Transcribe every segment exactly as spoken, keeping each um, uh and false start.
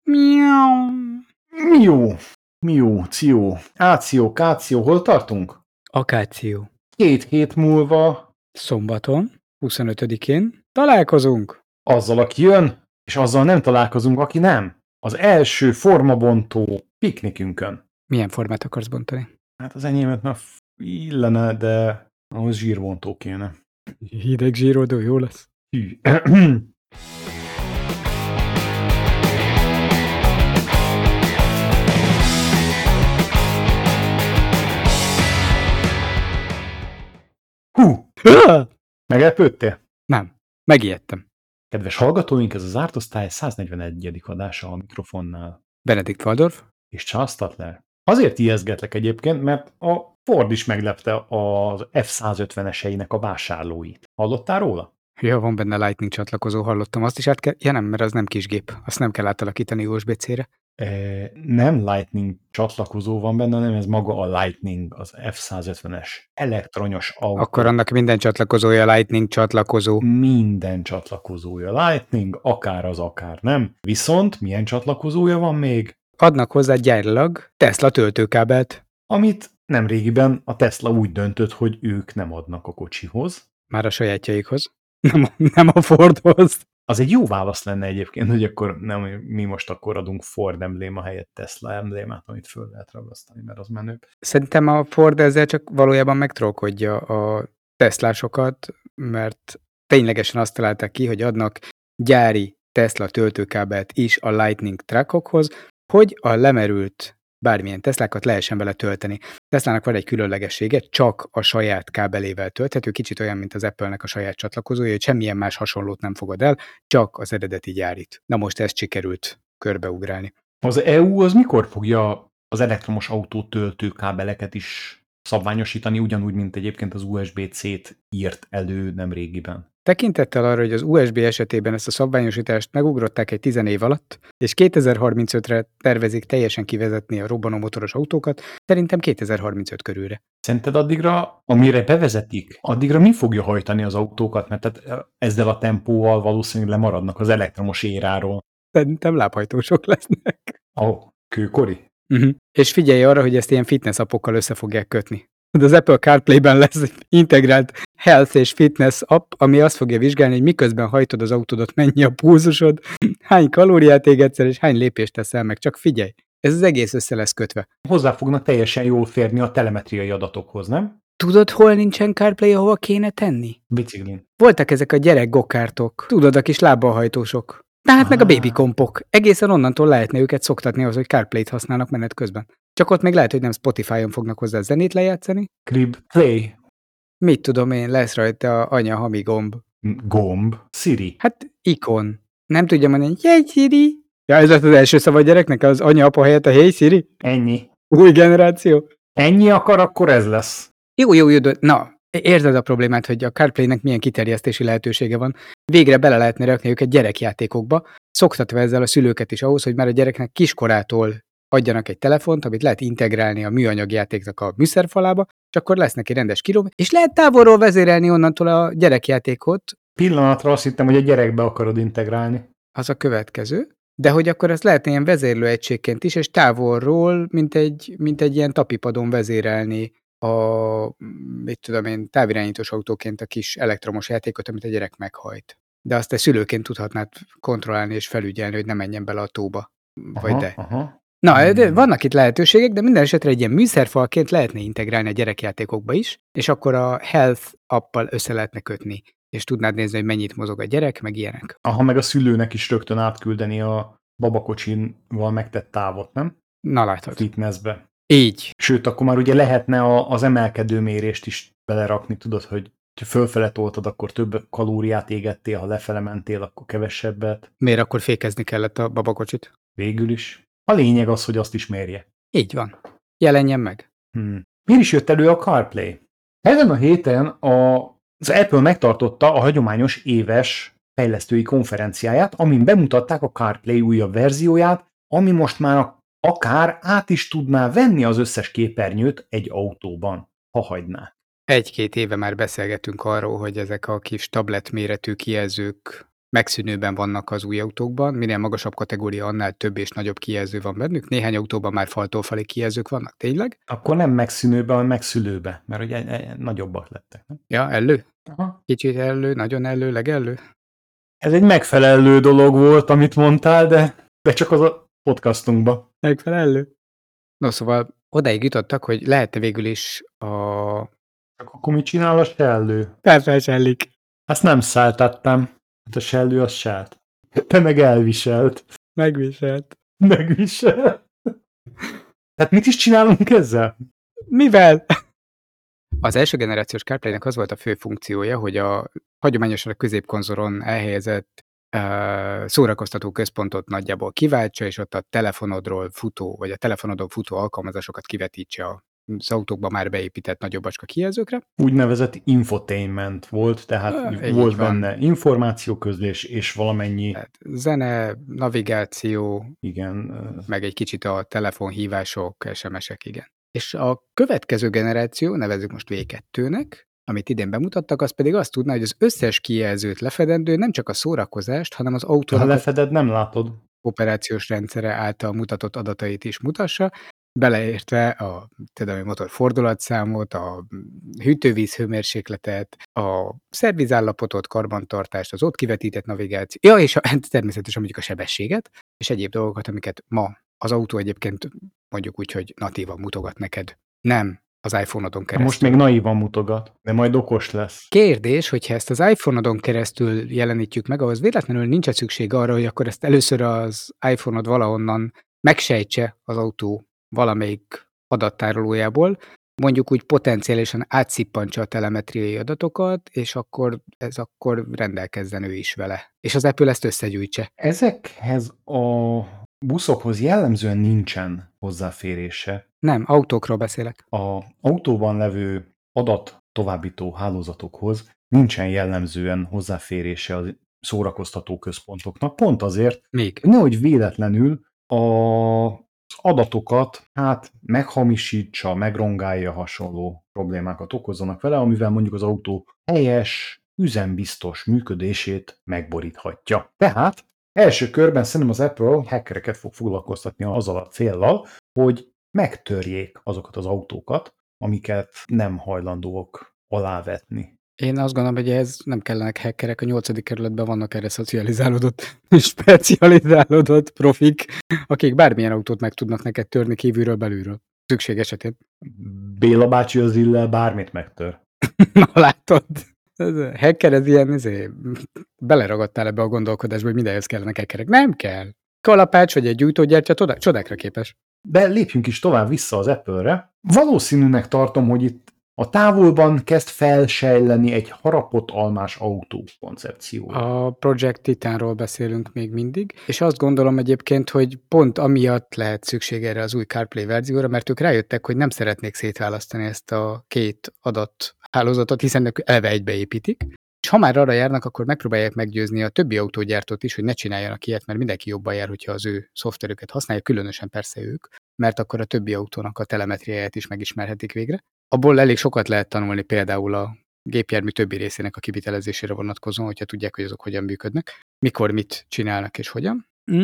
Miau. Mió, mió, ció, áció, káció, hol tartunk? Akáció. Két hét múlva Szombaton, huszonötödikén találkozunk. azzal, aki jön, és azzal nem találkozunk, aki nem. Az első formabontó piknikünkön. Milyen formát akarsz bontani? Hát az enyémet már illene, de ahhoz zsírbontó kéne. Hideg zsíroldó, jó lesz. Hű. Hú, meglepődtél? Nem, megijedtem. Kedves hallgatóink, ez az Zárt Osztály száznegyvenegyedik adása a mikrofonnál. Benedikt Waldorf. És Charles Statler. Azért ijeszgetlek egyébként, mert a Ford is meglepte az F százötveneseinek a vásárlóit. Hallottál róla? Ja, van benne Lightning csatlakozó, hallottam. Azt is át kell... Ja nem, mert az nem kisgép. Azt nem kell átalakítani u es bé cére. E, nem Lightning csatlakozó van benne, hanem ez maga a Lightning, az F százötvenes elektronyos autó. Akkor annak minden csatlakozója Lightning csatlakozó. Minden csatlakozója Lightning, akár az, akár nem. Viszont milyen csatlakozója van még? Adnak hozzá gyárilag Tesla töltőkábelt. Amit nemrégiben a Tesla úgy döntött, hogy ők nem adnak a kocsihoz. Már a sajátjaikhoz. Nem, nem a Fordhoz. Az egy jó válasz lenne egyébként, hogy akkor nem, mi most akkor adunk Ford embléma helyett Tesla emblémát, amit föl lehet ragasztani, mert az menőbb. Szerintem a Ford ezzel csak valójában megtrollkodja a Teslásokat, mert ténylegesen azt találták ki, hogy adnak gyári Tesla töltőkábelt is a Lightning truckokhoz, hogy a lemerült bármilyen Teslákat lehessen vele tölteni. Teslának van egy különlegessége, csak a saját kábelével tölthető, kicsit olyan, mint az Apple-nek a saját csatlakozója, hogy semmilyen más hasonlót nem fogad el, csak az eredeti gyárit. Na most ezt sikerült körbeugrálni. Az é u az mikor fogja az elektromos autó töltőkábeleket is szabványosítani, ugyanúgy, mint egyébként az u es bé cét írt elő nemrégiben? Tekintettel arra, hogy az u es bé esetében ezt a szabványosítást megugrották egy tizen év alatt, és kétezer-harmincötre tervezik teljesen kivezetni a robbanómotoros autókat, szerintem kétezer-harmincöt körülre. Szerinted addigra, amire bevezetik, addigra mi fogja hajtani az autókat? Mert tehát ezzel a tempóval valószínűleg lemaradnak az elektromos éráról. Szerintem lábhajtósok lesznek. Ó, oh, kőkori? Uh-huh. És figyelj arra, hogy ezt ilyen fitness appokkal össze fogják kötni. De az Apple CarPlay-ben lesz egy integrált health és fitness app, ami azt fogja vizsgálni, hogy miközben hajtod az autódat, mennyi a pulzusod, hány kalóriát égetsz el, és hány lépést teszel meg. Csak figyelj, ez az egész össze lesz kötve. Hozzá fognak teljesen jól férni a telemetriai adatokhoz, nem? Tudod, hol nincsen CarPlay, ahova kéne tenni? Biciklin. Voltak ezek a gyerek gokártok. Tudod, a kis lábbal-hajtósok. Tehát ah. meg a babykompok. Egészen onnantól lehetne őket szoktatni ahhoz, hogy CarPlay-t használnak menet közben. Csak ott még lehet, hogy nem Spotify-on fognak hozzá zenét lejátszani. Crib Play. Mit tudom én, lesz rajta anya hami gomb. Gomb. Siri. Hát ikon. Nem tudja mondani, hey Siri. Ja, ez lett az első szava a gyereknek, az anya-apa helyett a hey Siri. Ennyi. Új generáció. Ennyi akar, akkor ez lesz. Jó, jó, jó, de na, érzed a problémát, hogy a CarPlay-nek milyen kiterjesztési lehetősége van. Végre bele lehetne rakni őket gyerekjátékokba, szoktatva ezzel a szülőket is ahhoz, hogy már a gyereknek kiskorától adjanak egy telefont, amit lehet integrálni a műanyag játéknak a műszerfalába, és akkor lesz neki rendes kilóm, és lehet távolról vezérelni onnantól a gyerekjátékot. Pillanatra azt hittem, hogy a gyerekbe akarod integrálni. Az a következő. De hogy akkor ezt lehetne ilyen vezérlőegységként is, és távolról, mint egy, mint egy ilyen tapipadon vezérelni a, mit tudom én, távirányítós autóként a kis elektromos játékot, amit a gyerek meghajt. De azt te szülőként tudhatnád kontrollálni és felügyelni, hogy ne menjen bele a tóba. Vagy aha, de. Aha. Na, de vannak itt lehetőségek, de minden esetre egy ilyen műszerfalként lehetne integrálni a gyerekjátékokba is, és akkor a Health appal össze lehetne kötni, és tudnád nézni, hogy mennyit mozog a gyerek, meg ilyenek. Aha, meg a szülőnek is rögtön átküldeni a babakocsinval megtett távot, nem? Na látod. Fitnessbe. Így. Sőt, akkor már ugye lehetne a, az emelkedő mérést is belerakni, tudod, hogy ha fölfele toltad, akkor több kalóriát égettél, ha lefele mentél, akkor kevesebbet. Miért akkor fékezni kellett a babakocsit? Végül is. A lényeg az, hogy azt is mérje. Így van. Jelenjen meg. Hmm. Miért is jött elő a CarPlay? Ezen a héten a, az Apple megtartotta a hagyományos éves fejlesztői konferenciáját, amin bemutatták a CarPlay újabb verzióját, ami most már akár át is tudná venni az összes képernyőt egy autóban, ha hagyná. Egy-két éve már beszélgetünk arról, hogy ezek a kis tablet méretű kijelzők megszűnőben vannak az új autókban, minél magasabb kategória, annál több és nagyobb kijelző van bennük. Néhány autóban már faltól falig kijelzők vannak, tényleg? Akkor nem megszűnőbe, hanem megszülőbe, mert ugye e- e- nagyobbak lettek. Nem? Ja, elő? Aha. Kicsit elő, nagyon elő, legelő? Ez egy megfelelő dolog volt, amit mondtál, de, de csak az a podcastunkba. Megfelelő? No, szóval odáig jutottak, hogy lehet-e végül is a... Csak akkor mit csinál a sellő? Felfelsellik. Azt nem szálltattam. Hát a sellő az sált. Te meg elviselt. Megviselt. Megviselt. Tehát mit is csinálunk ezzel? Mivel? Az első generációs CarPlay-nek az volt a fő funkciója, hogy a hagyományosan a középkonzolon elhelyezett uh, szórakoztató központot nagyjából kiváltsa, és ott a telefonodról futó, vagy a telefonodon futó alkalmazásokat kivetítse az autókba már beépített nagyobb acska kijelzőkre. Úgynevezett infotainment volt, tehát Ah, volt így van. benne információközlés és valamennyi, Tehát zene, navigáció, igen, ö, meg egy kicsit a telefonhívások, es em esek, igen. És a következő generáció, nevezzük most vé kettőnek, amit idén bemutattak, az pedig azt tudná, hogy az összes kijelzőt lefedendő nem csak a szórakozást, hanem az ha autónak a lefeded, nem látod. operációs rendszere által mutatott adatait is mutassa, beleértve a, tudom, a motor fordulatszámot, a hűtővíz hőmérsékletet, a szervizállapotot, karbantartást, az ott kivetített navigáció, ja, és a, természetesen mondjuk a sebességet, és egyéb dolgokat, amiket ma az autó egyébként mondjuk úgy, hogy natívan mutogat neked. Nem az iPhone-odon keresztül. Most még naívan mutogat, de majd okos lesz. Kérdés, hogyha ezt az iPhone-odon keresztül jelenítjük meg, ahhoz véletlenül nincs szükség arra, hogy akkor ezt először az iPhone-od valahonnan megsejtse az autó valamelyik adattárolójából, mondjuk úgy potenciálisan átszippantsa a telemetriai adatokat, és akkor ez akkor rendelkezzen ő is vele. És az Apple ezt összegyűjtse. Ezekhez a buszokhoz jellemzően nincsen hozzáférése. Nem, autókról beszélek. A autóban levő adat továbbító hálózatokhoz nincsen jellemzően hozzáférése a szórakoztató központoknak, pont azért, Még. hogy nehogy véletlenül a az adatokat hát meghamisítsa, megrongálja, hasonló problémákat okozzanak vele, amivel mondjuk az autó helyes, üzembiztos működését megboríthatja. Tehát első körben szerintem az Apple hackereket fog foglalkoztatni azzal a céllal, hogy megtörjék azokat az autókat, amiket nem hajlandóak alávetni. Én azt gondolom, hogy ehhez nem kellenek hackerek, a nyolcadik kerületben vannak erre szocializálódott, specializálódott profik, akik bármilyen autót meg tudnak neked törni kívülről, belülről. Szükség esetén. Béla bácsi az illel bármit megtör. Na látod? Ez a hacker, ez ilyen, ezért beleragadtál ebbe a gondolkodásba, hogy mindenhez kellenek hackerek. Nem kell. Kalapács vagy egy gyújtógyertya csodá- csodákra képes. De lépjünk is tovább vissza az Apple-re. Valószínűnek tartom, hogy itt a távolban kezd felsejleni egy harapott almás autó koncepció. A Project Titanról beszélünk még mindig, és azt gondolom egyébként, hogy pont amiatt lehet szükség erre az új CarPlay verzióra, mert ők rájöttek, hogy nem szeretnék szétválasztani ezt a két adathálózatot, hiszen ők eleve egybeépítik. És ha már arra járnak, akkor megpróbálják meggyőzni a többi autógyártót is, hogy ne csináljanak ilyet, mert mindenki jobban jár, hogyha az ő szoftverüket használja, különösen persze ők, mert akkor a többi autónak a telemetriáját is megismerhetik végre. Abból elég sokat lehet tanulni például a gépjármű többi részének a kivitelezésére vonatkozóan, hogyha tudják, hogy azok hogyan működnek, mikor mit csinálnak és hogyan.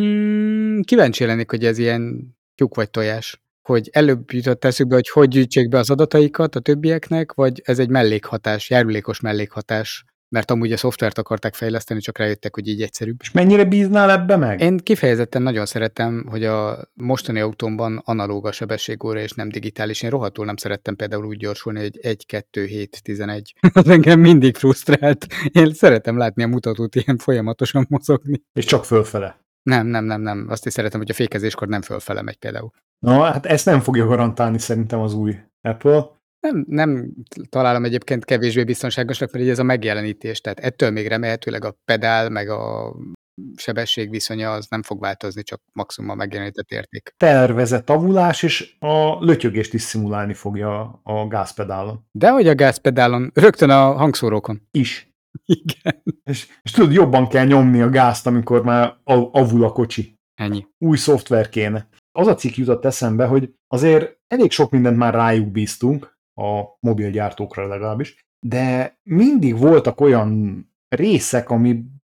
Mm, kíváncsi lennék, hogy ez ilyen tyúk vagy tojás, hogy előbb jutott eszükbe, hogy hogy gyűjtsék be az adataikat a többieknek, vagy ez egy mellékhatás, járulékos mellékhatás, mert amúgy a szoftvert akarták fejleszteni, csak rájöttek, hogy így egyszerűbb. És mennyire bíznál ebbe meg? Én kifejezetten nagyon szeretem, hogy a mostani autómban analóg a sebességóra és nem digitális. Én rohadtul nem szerettem például úgy gyorsulni, hogy egy, kettő, hét, tizenegy. Az engem mindig frusztrált. Én szeretem látni a mutatót ilyen folyamatosan mozogni. És csak fölfele. Nem, nem, nem, nem. Azt is szeretem, hogy a fékezéskor nem fölfele megy például. Na, hát ezt nem fogja garantálni szerintem az új Apple. Nem, nem találom egyébként kevésbé biztonságosnak, mert így ez a megjelenítés. Tehát ettől még remélhetőleg a pedál, meg a sebesség viszonya az nem fog változni, csak maximum a megjelenített érték. Tervezett tavulás, és a lötyögést is szimulálni fogja a gázpedálon. De hogy a gázpedálon, rögtön a hangszórókon. Is. Igen. És, és tudod, jobban kell nyomni a gázt, amikor már avul a kocsi. Ennyi. Új szoftver kéne. Az a cikk jutott eszembe, hogy azért elég sok mindent már rájuk bíztunk, a mobilgyártókra legalábbis, de mindig voltak olyan részek, ami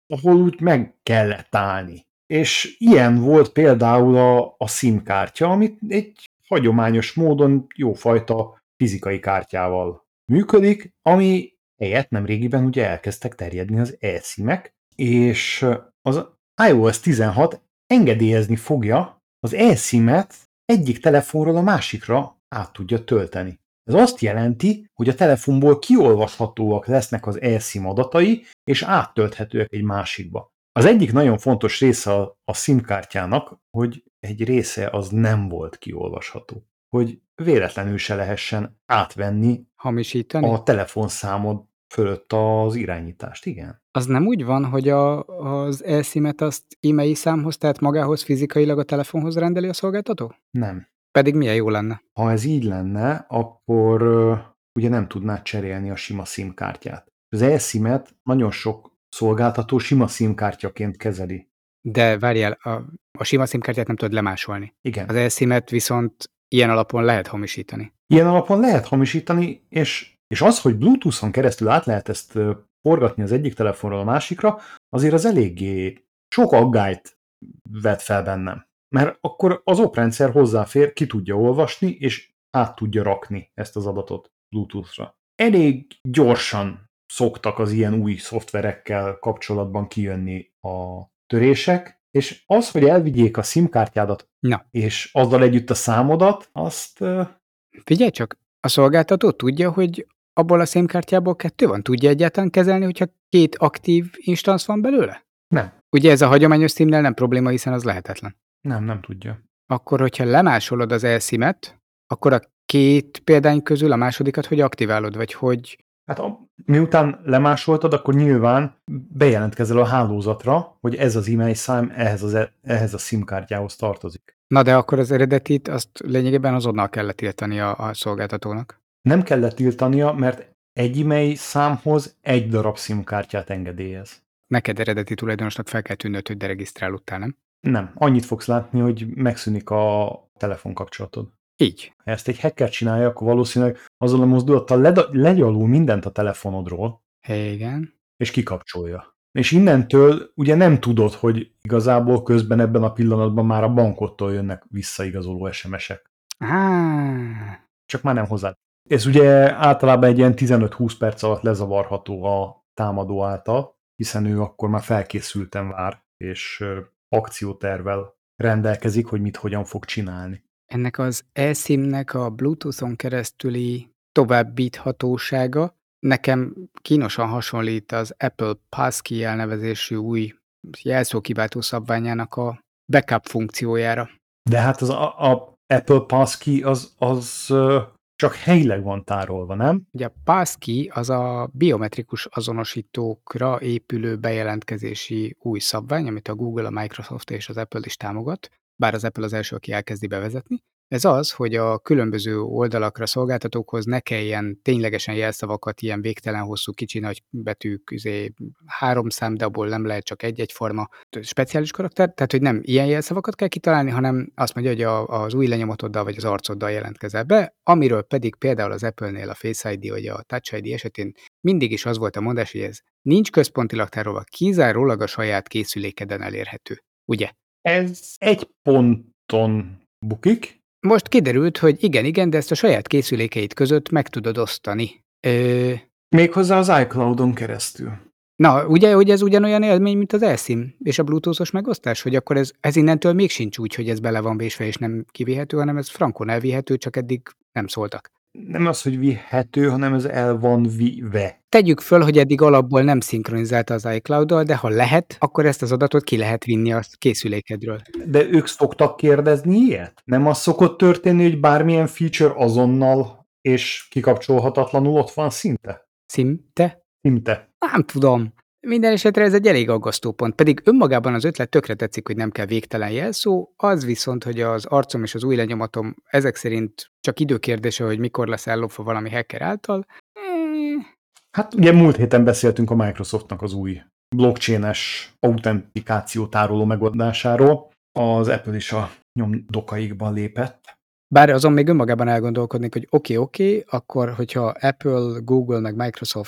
ahol úgy meg kellett állni. És ilyen volt például a, a SIM-kártya, amit egy hagyományos módon jófajta fizikai kártyával működik, ami helyett nemrégiben ugye elkezdtek terjedni az eSIM-ek, és az iOS tizenhat engedélyezni fogja az eSIM-et egyik telefonról a másikra át tudja tölteni. Ez azt jelenti, hogy a telefonból kiolvashatóak lesznek az eSIM adatai, és áttölthetőek egy másikba. Az egyik nagyon fontos része a, a SIM-kártyának, hogy egy része az nem volt kiolvasható. Hogy véletlenül se lehessen átvenni Hamisítani? a telefonszámod fölött az irányítást, igen. Az nem úgy van, hogy a, az eSIM-et azt e-mail számhoz, tehát magához fizikailag a telefonhoz rendeli a szolgáltató? Nem. Pedig milyen jó lenne. Ha ez így lenne, akkor uh, ugye nem tudnád cserélni a sima SIM-kártyát. Az eSIM-et nagyon sok szolgáltató sima SIM-kártyaként kezeli. De várjál, a, a sima SIM-kártyát nem tudod lemásolni. Igen. Az eSIM-et viszont ilyen alapon lehet hamisítani. Ilyen alapon lehet hamisítani, és, és az, hogy Bluetooth-on keresztül át lehet ezt uh, forgatni az egyik telefonról a másikra, azért az eléggé sok aggályt vet fel bennem. Mert akkor az oprendszer hozzáfér, ki tudja olvasni, és át tudja rakni ezt az adatot Bluetooth-ra. Elég gyorsan szoktak az ilyen új szoftverekkel kapcsolatban kijönni a törések, és az, hogy elvigyék a SIM-kártyádat, Na. és azzal együtt a számodat, azt... Uh... Figyelj csak, a szolgáltató tudja, hogy abból a SIM-kártyából kettő van? Tudja egyáltalán kezelni, hogyha két aktív instansz van belőle? Nem. Ugye ez a hagyományos SIM-nél nem probléma, hiszen az lehetetlen. Nem, nem tudja. Akkor, hogyha lemásolod az eSIM-et, akkor a két példány közül a másodikat hogy aktiválod, vagy hogy... Hát a, miután lemásoltad, akkor nyilván bejelentkezel a hálózatra, hogy ez az e-mail szám ehhez, az, ehhez a SIM-kártyához tartozik. Na de akkor az eredetit azt lényegében azonnal kellett tiltani a, a szolgáltatónak. Nem kellett tiltania, mert egy e-mail számhoz egy darab SIM-kártyát engedélyez. Neked eredeti tulajdonosnak fel kell tűnőd, hogy deregisztrálódtál, nem? Nem. Annyit fogsz látni, hogy megszűnik a telefonkapcsolatod. Így. Ha ezt egy hacker csinálja, akkor valószínűleg azzal a mozdulattal led- legyalul mindent a telefonodról, Igen. és kikapcsolja. És innentől ugye nem tudod, hogy igazából közben ebben a pillanatban már a bankottól jönnek visszaigazoló es em es-ek. Ah. Csak már nem hozzá. Ez ugye általában egy ilyen tizenöt-húsz perc alatt lezavarható a támadó által, hiszen ő akkor már felkészülten vár, és akciótervvel rendelkezik, hogy mit hogyan fog csinálni. Ennek az eSIM-nek a Bluetooth-on keresztüli továbbíthatósága nekem kínosan hasonlít az Apple Passkey elnevezésű új jelszókiváltó szabványának a backup funkciójára. De hát az a, a Apple Passkey az, az csak helyileg van tárolva, nem? Ugye a Passkey az a biometrikus azonosítókra épülő bejelentkezési új szabvány, amit a Google, a Microsoft és az Apple is támogat, bár az Apple az első, aki elkezdi bevezetni. Ez az, hogy a különböző oldalakra, szolgáltatókhoz ne kelljen ténylegesen jelszavakat, ilyen végtelen hosszú, kicsi, nagy betűk, üzé, három szám, de abból nem lehet csak egy-egyforma speciális karakter, tehát hogy nem ilyen jelszavakat kell kitalálni, hanem azt mondja, hogy a, az új lenyomatoddal vagy az arcoddal jelentkezel be, amiről pedig például az Apple-nél a Face i dé vagy a Touch i dé esetén mindig is az volt a mondás, hogy ez nincs központilag tárolva, kizárólag a saját készülékeden elérhető. Ugye? Ez egy ponton bukik. Most kiderült, hogy igen, igen, de ezt a saját készülékeid között meg tudod osztani. Ö... Méghozzá az iCloud-on keresztül. Na, ugye, hogy ez ugyanolyan élmény, mint az eSIM és a Bluetooth-os megosztás, hogy akkor ez, ez innentől még sincs úgy, hogy ez bele van vésve és nem kivihető, hanem ez frankon elvihető, csak eddig nem szóltak. Nem az, hogy vihető, hanem ez el van vive. Tegyük föl, hogy eddig alapból nem szinkronizálta az iCloud-dal, de ha lehet, akkor ezt az adatot ki lehet vinni a készülékedről. De ők szoktak kérdezni ilyet? Nem az szokott történni, hogy bármilyen feature azonnal és kikapcsolhatatlanul ott van szinte? Szinte? Szinte. Nem tudom. Minden esetre ez egy elég aggasztó pont, pedig önmagában az ötlet tökre tetszik, hogy nem kell végtelen jelszó, az viszont, hogy az arcom és az új lenyomatom ezek szerint csak időkérdése, hogy mikor lesz ellopva valami hacker által. Hát ugye múlt héten beszéltünk a Microsoftnak az új blockchain-es autentikáció tároló megoldásáról. Az Apple is a nyomdokaikban lépett. Bár azon még önmagában elgondolkodnék, hogy oké, okay, oké, okay, akkor hogyha Apple, Google meg Microsoft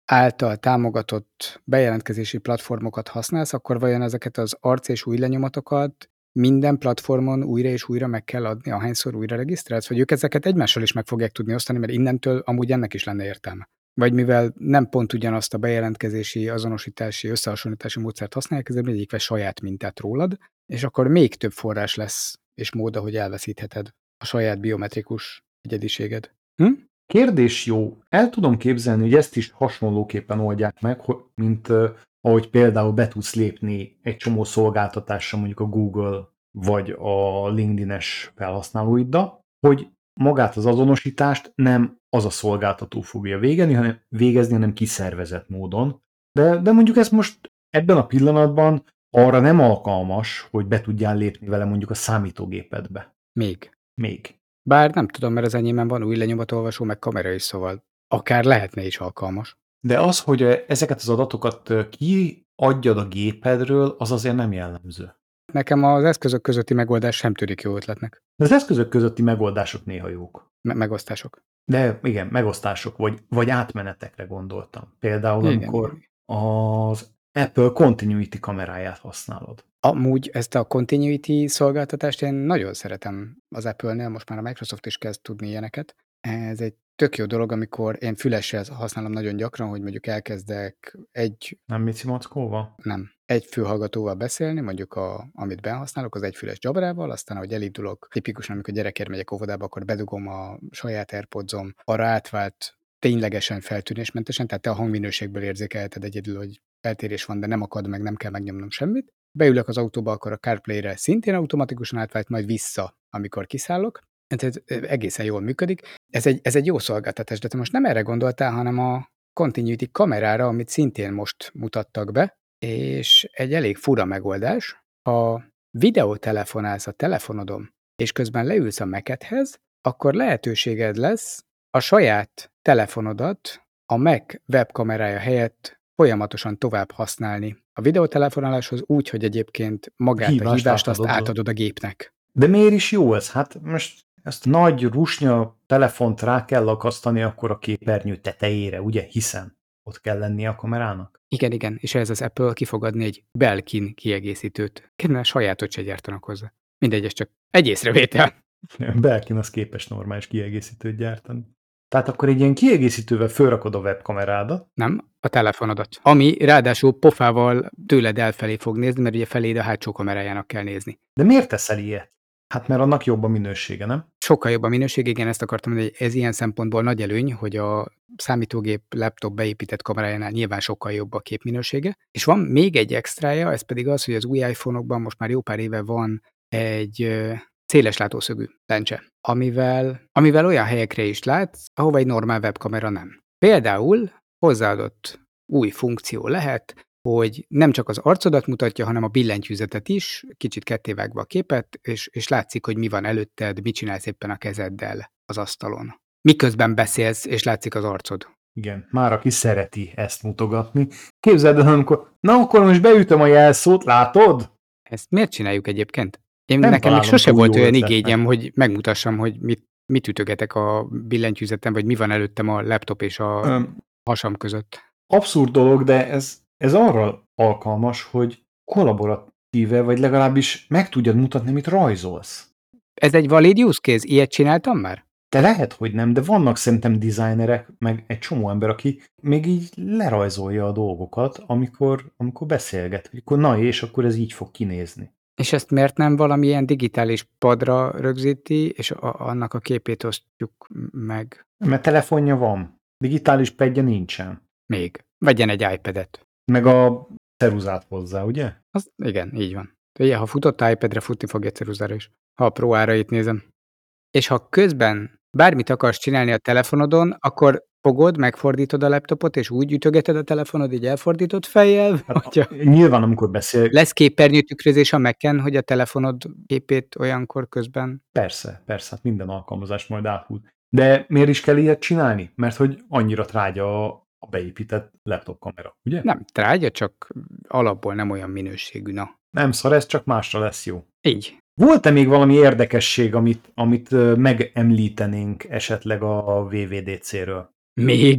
által támogatott bejelentkezési platformokat használsz, akkor vajon ezeket az arc és új lenyomatokat minden platformon újra és újra meg kell adni, ahányszor újra regisztrálsz? Vagy ők ezeket egymással is meg fogják tudni osztani, mert innentől amúgy ennek is lenne értelme? Vagy mivel nem pont ugyanazt a bejelentkezési, azonosítási, összehasonlítási módszert használják, ezért mindegyik vesz saját mintát rólad, és akkor még több forrás lesz és mód, ahogy elveszítheted a saját biometrikus egyediséged. Hm? Kérdés jó. El tudom képzelni, hogy ezt is hasonlóképpen oldják meg, mint uh, ahogy például be tudsz lépni egy csomó szolgáltatásra, mondjuk a Google vagy a LinkedIn-es felhasználóiddal, hogy magát az azonosítást nem az a szolgáltató fogja végezni, hanem végezni, hanem kiszervezett módon. De, de mondjuk ez most ebben a pillanatban arra nem alkalmas, hogy be tudjál lépni vele mondjuk a számítógépedbe. Még. Még. Bár nem tudom, mert az enyémben van új lenyomatolvasó, meg kamera is, szóval akár lehetne is alkalmas. De az, hogy ezeket az adatokat kiadjad a gépedről, az azért nem jellemző. Nekem az eszközök közötti megoldás sem tűnik jó ötletnek. De az eszközök közötti megoldások néha jók. Me- megosztások. De igen, megosztások, vagy, vagy átmenetekre gondoltam. Például, Igen, amikor igen. az Apple Continuity kameráját használod. Amúgy ezt a Continuity szolgáltatást én nagyon szeretem az Apple-nél, most már a Microsoft is kezd tudni ilyeneket. Ez egy tök jó dolog, amikor én fülessel használom nagyon gyakran, hogy mondjuk elkezdek egy... Nem Mici Mackóval? Nem. Egy fülhallgatóval beszélni, mondjuk a, amit behasználok, az egyfüles Jabrával, aztán ahogy elindulok, tipikusan amikor gyerekért megyek óvodába, akkor bedugom a saját AirPods-om, arra átvált ténylegesen feltűnésmentesen, tehát te a hangminőségből érzékelheted egyedül, hogy eltérés van, de nem akad meg, nem kell megnyomnom semmit. Beülök az autóba, akkor a CarPlay-re szintén automatikusan átvált, majd vissza, amikor kiszállok. Ez egészen jól működik. Ez egy, ez egy jó szolgáltatás, de te most nem erre gondoltál, hanem a Continuity kamerára, amit szintén most mutattak be, és egy elég fura megoldás. Ha videótelefonálsz a telefonodon, és közben leülsz a Mac-edhez, akkor lehetőséged lesz a saját telefonodat a Mac webkamerája helyett folyamatosan tovább használni a videótelefonáláshoz úgy, hogy egyébként magát Hívást a hívást azt átadod. átadod a gépnek. De miért is jó ez? Hát most ezt nagy rusnya telefont rá kell akasztani akkor a képernyő tetejére, ugye? Hiszen ott kell lennie a kamerának. Igen, igen, és ez az Apple ki fog adni egy Belkin kiegészítőt. Kellene sajátot se gyártanak hozzá. Mindegy, ez csak egy észrevétel. Belkin az képes normális kiegészítőt gyártani. Tehát akkor egy ilyen kiegészítővel fölrakod a webkamerádat. Nem, a telefonodat. Ami ráadásul pofával tőled elfelé fog nézni, mert ugye feléd a hátsó kamerájának kell nézni. De miért teszel ilyet? Hát mert annak jobb a minősége, nem? Sokkal jobb a minőség, igen, ezt akartam mondani, hogy ez ilyen szempontból nagy előny, hogy a számítógép, laptop beépített kamerájánál nyilván sokkal jobb a képminősége. És van még egy extrája, ez pedig az, hogy az új iPhone-okban most már jó pár éve van egy széles látószögű lencse, amivel, amivel olyan helyekre is látsz, ahova egy normál webkamera nem. Például hozzáadott új funkció lehet, hogy nem csak az arcodat mutatja, hanem a billentyűzetet is, kicsit kettévágva a képet, és, és látszik, hogy mi van előtted, mit csinálsz éppen a kezeddel az asztalon. Miközben beszélsz, és látszik az arcod. Igen, már aki szereti ezt mutogatni. Képzeld el, amikor, na akkor most beütöm a jelszót, látod? Ezt miért csináljuk egyébként? Én Nem nekem még találom sose túl volt jó olyan ötletnek. igényem, hogy megmutassam, hogy mit, mit ütögetek a billentyűzetem, vagy mi van előttem a laptop és a Öm, hasam között. abszurd dolog, de ez, ez arra alkalmas, hogy kollaboratíve, vagy legalábbis meg tudjad mutatni, mit rajzolsz. Ez egy valid use case? Ilyet csináltam már? De lehet, hogy nem, de vannak szerintem designerek, meg egy csomó ember, aki még így lerajzolja a dolgokat, amikor, amikor beszélget, hogy akkor na és akkor ez így fog kinézni. És ezt miért nem valamilyen digitális padra rögzíti, és a, annak a képét osztjuk meg Mert telefonja van, digitális pedje nincsen. még? Vegyen egy iPad-et. Meg a ceruzát hozzá, ugye? Az, igen, így van. Ugye, ha futott iPad-re, futni fog egy ceruzára is. Ha a Pro árait nézem. És ha közben bármit akarsz csinálni a telefonodon, akkor fogod, megfordítod a laptopot, és úgy ütögeted a telefonod, így elfordított fejjel, Hát, hogyha nyilván, amikor beszél, lesz képernyőtükrözés a Mac-en, hogy a telefonod képét olyankor közben. persze, persze, hát minden alkalmazás majd áthúz. De miért is kell ilyet csinálni? Mert hogy annyira trágya a a beépített laptop kamera, ugye? Nem trágya, csak alapból nem olyan minőségű, na. Nem szar, ez csak másra lesz jó. Így. Volt-e még valami érdekesség, amit, amit ö, megemlítenénk esetleg a vé vé dé cé-ről? Még.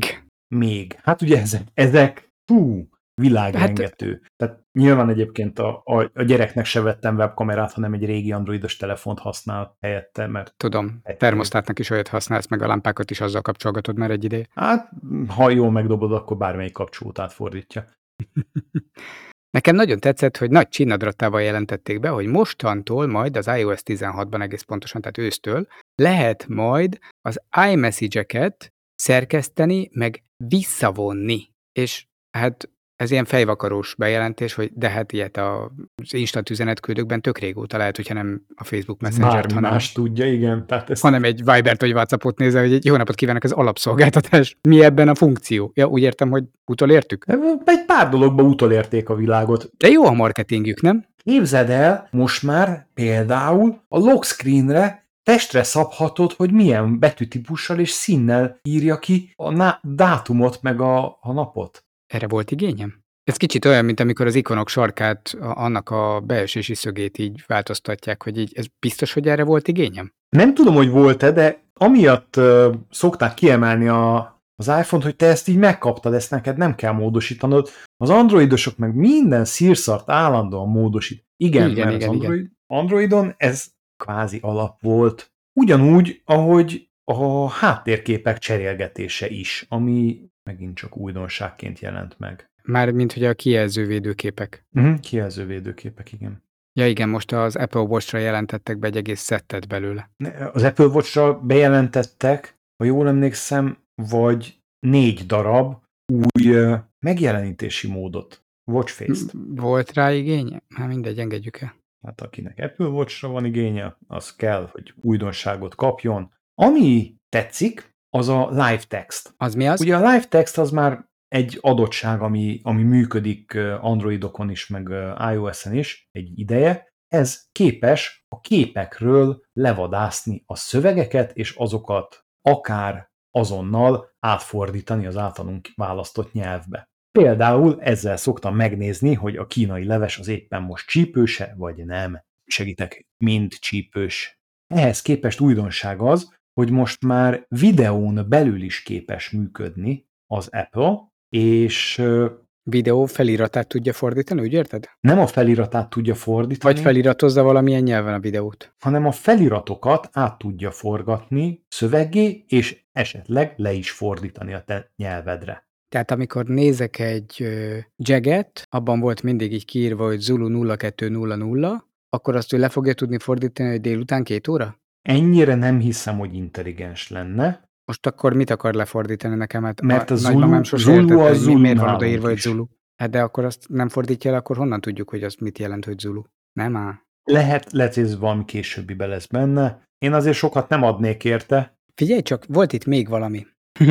még? Hát ugye ezek, ezek hú, Hát világrengető. Tehát nyilván egyébként a, a, a gyereknek se vettem webkamerát, hanem egy régi androidos telefont használ helyette, mert tudom, egyszerű. termosztátnak is olyat használsz, meg a lámpákat is azzal kapcsolgatod már egy ideje. Hát, ha jól megdobod, akkor bármelyik kapcsolót átfordítja. Nekem nagyon tetszett, hogy nagy csinnadrattával jelentették be, hogy mostantól majd az iOS tizenhatban egész pontosan, tehát ősztől lehet majd az iMessage-eket szerkeszteni, meg visszavonni. És hát ez ilyen fejvakarós bejelentés, hogy de hát ilyet az instant üzenetküldőkben tök régóta lehet, hogyha nem a Facebook Messenger-t, Bármi hanem, más tudja, igen. Tehát ezt hanem egy Vibert vagy WhatsAppot nézel, hogy egy jó napot kívánok, az alapszolgáltatás. Mi ebben a funkció? Ja, úgy értem, hogy utolértük? egy pár dologba utolérték a világot. De jó a marketingjük, nem? Képzeld el, most már például a lock screenre testre szabhatod, hogy milyen betűtípussal és színnel írja ki a ná- dátumot meg a, a napot. Erre volt igényem? Ez kicsit olyan, mint amikor az ikonok sarkát, a- annak a beesési szögét így változtatják, hogy így, ez biztos, hogy erre volt igényem? Nem tudom, hogy volt-e, de amiatt uh, szokták kiemelni a, az iPhone-t, hogy te ezt így megkaptad, ezt neked nem kell módosítanod. Az androidosok meg minden szírszart állandóan módosít. Igen, Igen, mert igen, az igen. Android, Androidon ez kvázi alap volt. Ugyanúgy, ahogy a háttérképek cserélgetése is, ami megint csak újdonságként jelent meg. Mármint, hogy a kijelzővédőképek. Uh-huh. Kijelzővédőképek, igen. Ja igen, most az Apple Watch-ra jelentettek be egy egész szettet belőle. Az Apple Watch-ra bejelentettek, ha jól emlékszem, vagy négy darab új uh, megjelenítési módot. Watch Face-t. Volt rá igény? Hát mindegy, engedjük el. Hát akinek Apple Watch-ra van igénye, az kell, hogy újdonságot kapjon. Ami tetszik, az a live text. Az mi az? Ugye a live text az már egy adottság, ami, ami működik Androidokon is, meg iOS-en is egy ideje. Ez képes a képekről levadászni a szövegeket, és azokat akár azonnal átfordítani az általunk választott nyelvbe. Például ezzel szoktam megnézni, hogy a kínai leves az éppen most csípőse, vagy nem. Segítek, mind csípős. Ehhez képest újdonság az, hogy most már videón belül is képes működni az Apple, és Videó feliratát tudja fordítani, úgy érted? nem a feliratát tudja fordítani, Vagy feliratozza valamilyen nyelven a videót. hanem a feliratokat át tudja forgatni szöveggé, és esetleg le is fordítani a te nyelvedre. Tehát amikor nézek egy uh, jaget, abban volt mindig így kiírva, hogy Zulu nulla kettő nulla nulla, akkor azt ő le fogja tudni fordítani, hogy délután két óra? Ennyire nem hiszem, hogy intelligens lenne. Most akkor mit akar lefordítani nekem? Hát Mert a Zulu- nagymamám sose Zulu értette, a hogy mi- Zulu miért van nálunk odaírva, hogy is. Zulu. Hát de akkor azt nem fordítja el, akkor honnan tudjuk, hogy az mit jelent, hogy Zulu? Nem áll. Lehet, lehet, hogy ez valami későbbibe lesz benne. Én azért sokat nem adnék érte. Figyelj csak, volt itt még valami.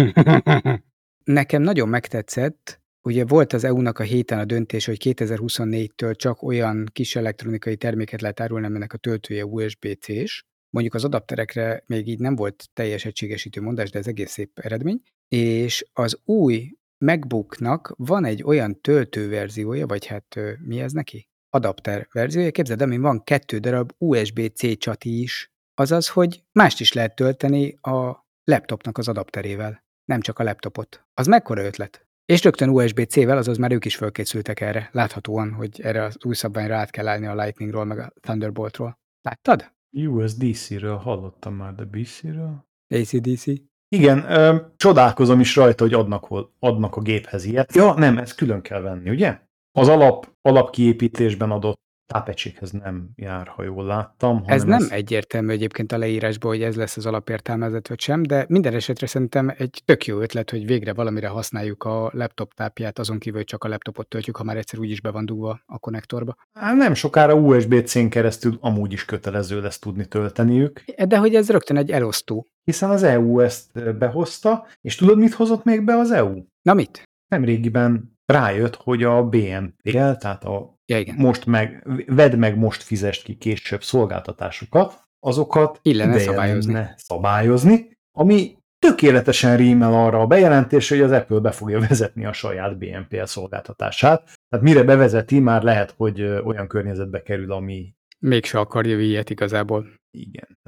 Nekem nagyon megtetszett, ugye volt az é u-nak a héten a döntés, hogy kétezer-huszonnégytől csak olyan kis elektronikai terméket lehet árulni, aminek a töltője u es bé cés. Mondjuk az adapterekre még így nem volt teljes egységesítő mondás, de ez egész szép eredmény. És az új MacBooknak van egy olyan töltőverziója, vagy hát ö, mi ez neki? Adapter verziója. Képzeld, amin van kettő darab u es bé cé csati is. Azaz, hogy mást is lehet tölteni a laptopnak az adapterével, nem csak a laptopot. Az mekkora ötlet? És rögtön u es bé cével, azaz már ők is fölkészültek erre, láthatóan, hogy erre az új szabványra át kell állni a Lightningról, meg a Thunderboltról. Láttad? u es dé cé-ről hallottam már, de bé cé-ről? á cé dé cé? Igen, ö, csodálkozom is rajta, hogy adnak, hol- adnak a géphez ilyet. Ja, nem, ezt külön kell venni, ugye? Az alap, alapkiépítésben adott tápegységhez nem jár, ha jól láttam. Ez hanem nem egyértelmű egyébként a leírásból, hogy ez lesz az alapértelmezet vagy sem, de minden esetre szerintem egy tök jó ötlet, hogy végre valamire használjuk a laptop tápját, azon kívül, hogy csak a laptopot töltjük, ha már egyszer úgyis be van dugva a konnektorba. Hát nem sokára u es bé cén keresztül amúgy is kötelező lesz tudni tölteniük, De hogy ez rögtön egy elosztó. hiszen az é u ezt behozta, és tudod, mit hozott még be az é u? Na mit? Nemrégiben rájött, hogy a bé em pé-vel, tehát a Ja, igen. most meg, vedd meg, most fizest ki később szolgáltatásokat, azokat Illene ideje szabályozni. lenne szabályozni, ami tökéletesen rímel arra a bejelentésre, hogy az Apple be fogja vezetni a saját bé em pé szolgáltatását. Tehát mire bevezeti, már lehet, hogy olyan környezetbe kerül, ami Mégse akarja ilyet igazából. igen, nem.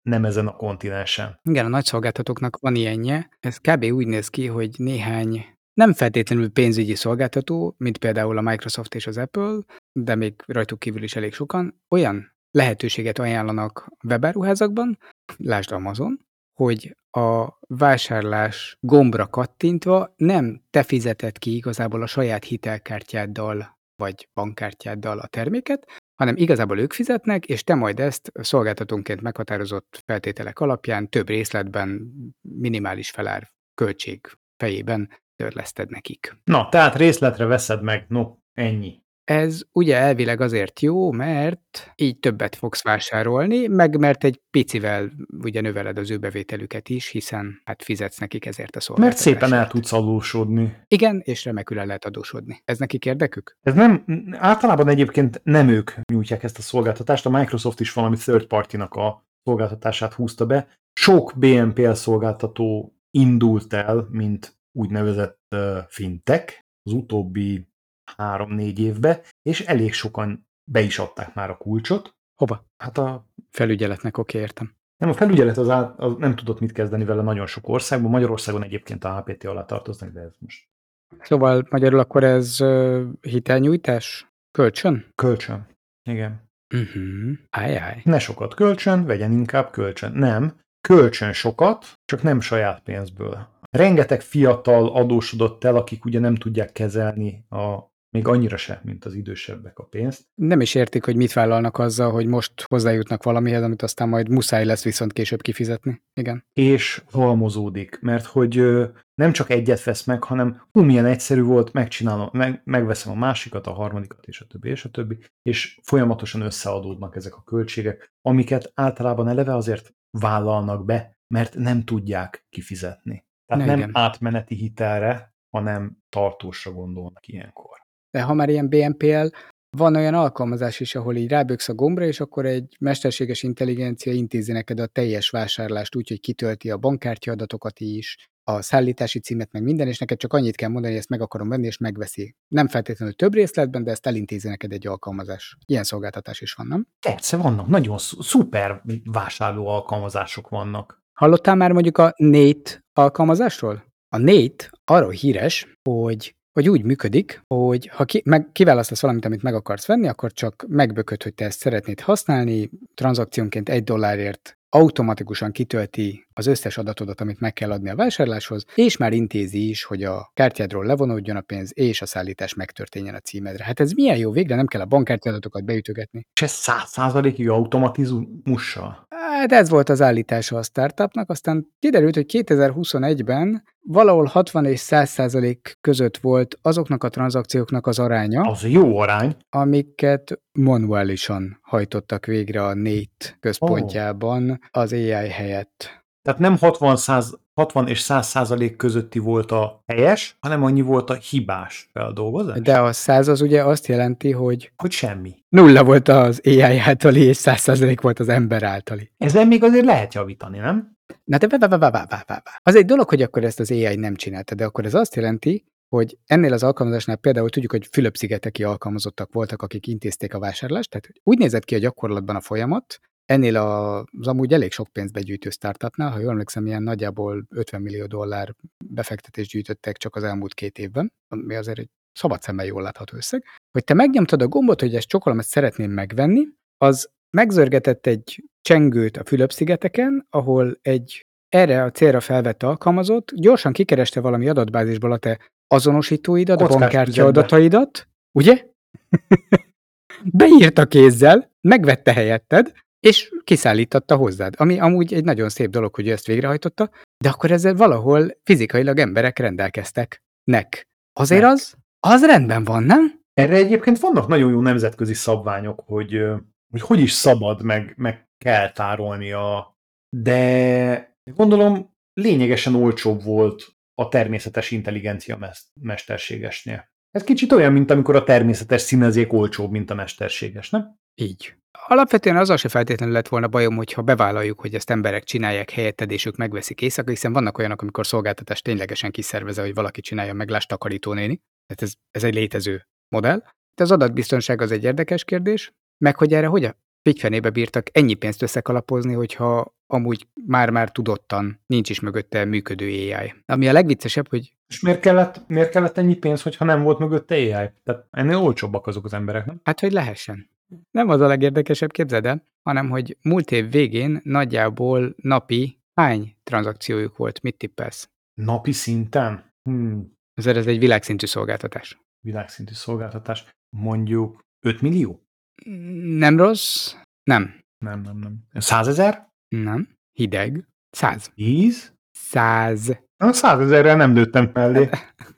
nem ezen a kontinensen. Igen, a nagy szolgáltatóknak van ilyenje. Ez kb. Úgy néz ki, hogy néhány nem feltétlenül pénzügyi szolgáltató, mint például a Microsoft és az Apple, de még rajtuk kívül is elég sokan, olyan lehetőséget ajánlanak webáruházakban, lásd Amazon, hogy a vásárlás gombra kattintva nem te fizeted ki igazából a saját hitelkártyáddal vagy bankkártyáddal a terméket, hanem igazából ők fizetnek, és te majd ezt szolgáltatónként meghatározott feltételek alapján több részletben, minimális felár költség fejében törleszted nekik. Na, tehát részletre veszed meg, no, ennyi. Ez ugye elvileg azért jó, mert így többet fogsz vásárolni, meg mert egy picivel ugye növeled az ő bevételüket is, hiszen hát fizetsz nekik ezért a Mert szolgáltatásért. szépen el tudsz adósodni. Igen, és remekül el lehet adósodni. Ez nekik érdekük? Ez nem, általában egyébként nem ők nyújtják ezt a szolgáltatást, a Microsoft is valami third party-nak a szolgáltatását húzta be. Sok bé en pé el szolgáltató indult el, mint úgynevezett uh, fintech az utóbbi három-négy évben, és elég sokan be is adták már a kulcsot. Hova? Hát a Felügyeletnek, oké, értem. Nem, a felügyelet az, át, az nem tudott mit kezdeni vele nagyon sok országban. Magyarországon egyébként a há pé té alá tartoznak, de ez most Szóval magyarul akkor ez uh, hitelnyújtás? Kölcsön? kölcsön. Igen. Uh-huh. Ájjáj. Ne sokat kölcsön, vegyen inkább kölcsön. Nem, kölcsön sokat, csak nem saját pénzből. Rengeteg fiatal adósodott el, akik ugye nem tudják kezelni a még annyira se, mint az idősebbek a pénzt. Nem is értik, hogy mit vállalnak azzal, hogy most hozzájutnak valamihez, amit aztán majd muszáj lesz viszont később kifizetni. Igen. És halmozódik, mert hogy ö, nem csak egyet vesz meg, hanem hú, milyen egyszerű volt, megcsinálom, meg, megveszem a másikat, a harmadikat, és a többi, és a többi, és folyamatosan összeadódnak ezek a költségek, amiket általában eleve azért vállalnak be, mert nem tudják kifizetni. Tehát Na nem igen. átmeneti hitelre, hanem tartósra gondolnak ilyenkor. De ha már ilyen bé en pé el, van olyan alkalmazás is, ahol így ráböksz a gombra, és akkor egy mesterséges intelligencia intézi neked a teljes vásárlást úgy, hogy kitölti a bankkártya adatokat is, a szállítási címet, meg minden, és neked csak annyit kell mondani, hogy ezt meg akarom venni, és megveszi. Nem feltétlenül több részletben, de ezt elintézi neked egy alkalmazás. Ilyen szolgáltatás is van, nem? Persze vannak, nagyon szu- szuper vásárló alkalmazások vannak. Hallottál már mondjuk a Nate alkalmazásról? A Nate arról híres, hogy, hogy úgy működik, hogy ha ki, meg, kiválasztasz valamit, amit meg akarsz venni, akkor csak megbököd, hogy te ezt szeretnéd használni, tranzakciónként egy dollárért automatikusan kitölti az összes adatodat, amit meg kell adni a vásárláshoz, és már intézi is, hogy a kártyádról levonódjon a pénz, és a szállítás megtörténjen a címedre. Hát ez milyen jó, végre nem kell a bankkártyadatokat beütögetni. És ez száz százalékig automatizmussal. Hát ez volt az állítása a startupnak, aztán kiderült, hogy kétezer-huszonegyben valahol hatvan és száz százalék között volt azoknak a tranzakcióknak az aránya, Az jó arány. amiket manuálisan hajtottak végre a Nate központjában az á i helyett. Tehát nem hatvan, száz, hatvan és száz százalék közötti volt a helyes, hanem annyi volt a hibás feldolgozás. De a száz az ugye azt jelenti, hogy Hogy semmi. nulla volt az á i általi, és száz százalék volt az ember általi. Ezen még azért lehet javítani, nem? Na de vá, vá, vá, vá, vá, vá. Az egy dolog, hogy akkor ezt az á i nem csinálta, de akkor ez azt jelenti, hogy ennél az alkalmazásnál például tudjuk, hogy Fülöp-szigeteki alkalmazottak voltak, akik intézték a vásárlást, tehát úgy nézett ki a gyakorlatban a folyamat, ennél az amúgy elég sok pénzt begyűjtő startupnál, ha jól emlékszem, ilyen nagyjából ötven millió dollár befektetést gyűjtöttek csak az elmúlt két évben, ami azért egy szabad szemmel jól látható összeg, hogy te megnyomtad a gombot, hogy ezt csokolom, ezt szeretném megvenni, az megzörgetett egy csengőt a Fülöp-szigeteken, ahol egy erre a célra felvett alkalmazott gyorsan kikereste valami adatbázisból a te azonosítóidat, a Kockás bankkártya füzetbe. adataidat, ugye? Beírta kézzel, megvette helyetted, és kiszállítatta hozzád, ami amúgy egy nagyon szép dolog, hogy ő ezt végrehajtotta, de akkor ezzel valahol fizikailag emberek rendelkeztek nek. Azért Nek. az, az rendben van, nem? Erre egyébként vannak nagyon jó nemzetközi szabványok, hogy ö, hogy, hogy is szabad, meg, meg kell tárolni a... De gondolom lényegesen olcsóbb volt a természetes intelligencia mes- mesterségesnél. Ez kicsit olyan, mint amikor a természetes színezék olcsóbb, mint a mesterséges, nem? Így. Alapvetően azzal se feltétlenül lett volna bajom, hogyha bevállaljuk, hogy ezt emberek csinálják helyetted, és ők megveszik éjszaka, hiszen vannak olyanok, amikor szolgáltatás ténylegesen kiszervezze, hogy valaki csinálja meg, lásd takarítónéni. Tehát ez, ez egy létező modell. De az adatbiztonság az egy érdekes kérdés, meg hogy erre hogy a Így fenébe bírtak ennyi pénzt összekalapozni, hogyha amúgy már-már tudottan nincs is mögötte működő á i. Ami a legviccesebb, hogy És miért kellett, miért kellett ennyi pénz, hogyha nem volt mögötte á i? Tehát ennél olcsóbbak azok az emberek, nem? hát, hogy lehessen. Nem az a legérdekesebb, képzeld el, hanem hogy múlt év végén nagyjából napi hány tranzakciójuk volt, mit tippelsz? Napi szinten? Hmm, Azért ez egy világszintű szolgáltatás. világszintű szolgáltatás. Mondjuk öt millió? Nem rossz? Nem. Nem, nem, nem. Százezer? Nem. Hideg. Száz. Tíz? Száz. Na, százezerrel nem nőttem mellé.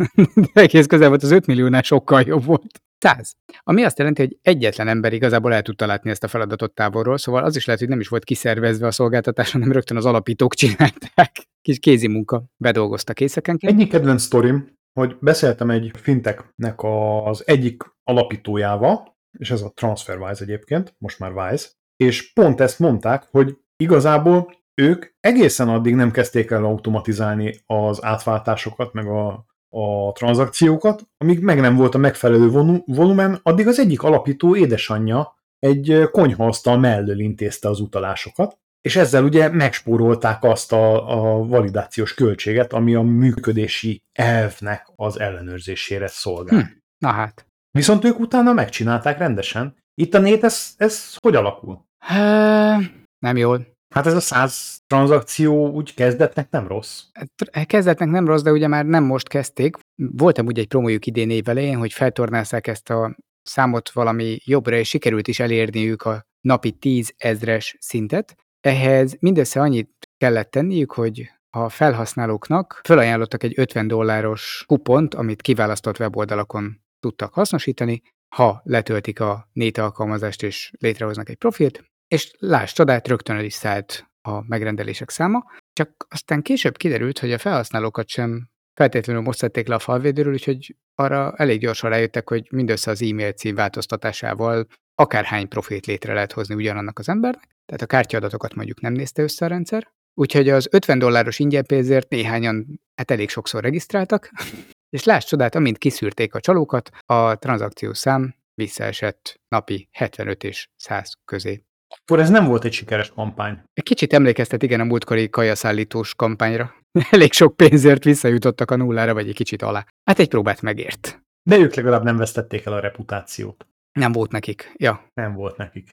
De egész közel volt, az öt milliónál sokkal jobb volt. Száz. Ami azt jelenti, hogy egyetlen ember igazából el tudta látni ezt a feladatot távolról, szóval az is lehet, hogy nem is volt kiszervezve a szolgáltatás, hanem rögtön az alapítók csinálták. Kis kézi munka. Bedolgoztak éjszakenként. Egyik kedvenc sztorim, hogy beszéltem egy fintechnek az egyik alapítójával, és ez a TransferWise egyébként, most már Wise, és pont ezt mondták, hogy igazából ők egészen addig nem kezdték el automatizálni az átváltásokat, meg a, a tranzakciókat, amíg meg nem volt a megfelelő volumen, addig az egyik alapító édesanyja egy konyhaasztal mellől intézte az utalásokat, és ezzel ugye megspórolták azt a, a validációs költséget, ami a működési elvnek az ellenőrzésére szolgál. Hm. Na hát. Viszont ők utána megcsinálták rendesen. Itt a nét, ez, ez hogy alakul? Há, nem jól. Hát ez a száz tranzakció úgy kezdetnek nem rossz. Kezdetnek nem rossz, de ugye már nem most kezdték. Voltam ugye egy promójuk idén év elején, hogy feltornázzák ezt a számot valami jobbra, és sikerült is elérniük a napi tízezres szintet. Ehhez mindössze annyit kellett tenniük, hogy a felhasználóknak felajánlottak egy ötven dolláros kupont, amit kiválasztott weboldalakon tudtak hasznosítani, ha letöltik a nét alkalmazást és létrehoznak egy profilt, és láss csodát, rögtön el is szállt a megrendelések száma, csak aztán később kiderült, hogy a felhasználókat sem feltétlenül most szedték le a falvédőről, úgyhogy arra elég gyorsan rájöttek, hogy mindössze az e-mail cím változtatásával akárhány profilt létre lehet hozni ugyanannak az embernek, tehát a kártyaadatokat mondjuk nem nézte össze a rendszer, úgyhogy az ötven dolláros ingyen pénzért néhányan hát elég sokszor regisztráltak, és láss csodát, amint kiszűrték a csalókat, a tranzakciós szám visszaesett napi hetvenöt és száz közé. Akkor ez nem volt egy sikeres kampány. Egy kicsit emlékeztet igen a múltkori kajaszállítós kampányra. Elég sok pénzért visszajutottak a nullára, vagy egy kicsit alá. Hát egy próbát megért. De ők legalább nem vesztették el a reputációt. Nem volt nekik. Ja. Nem volt nekik.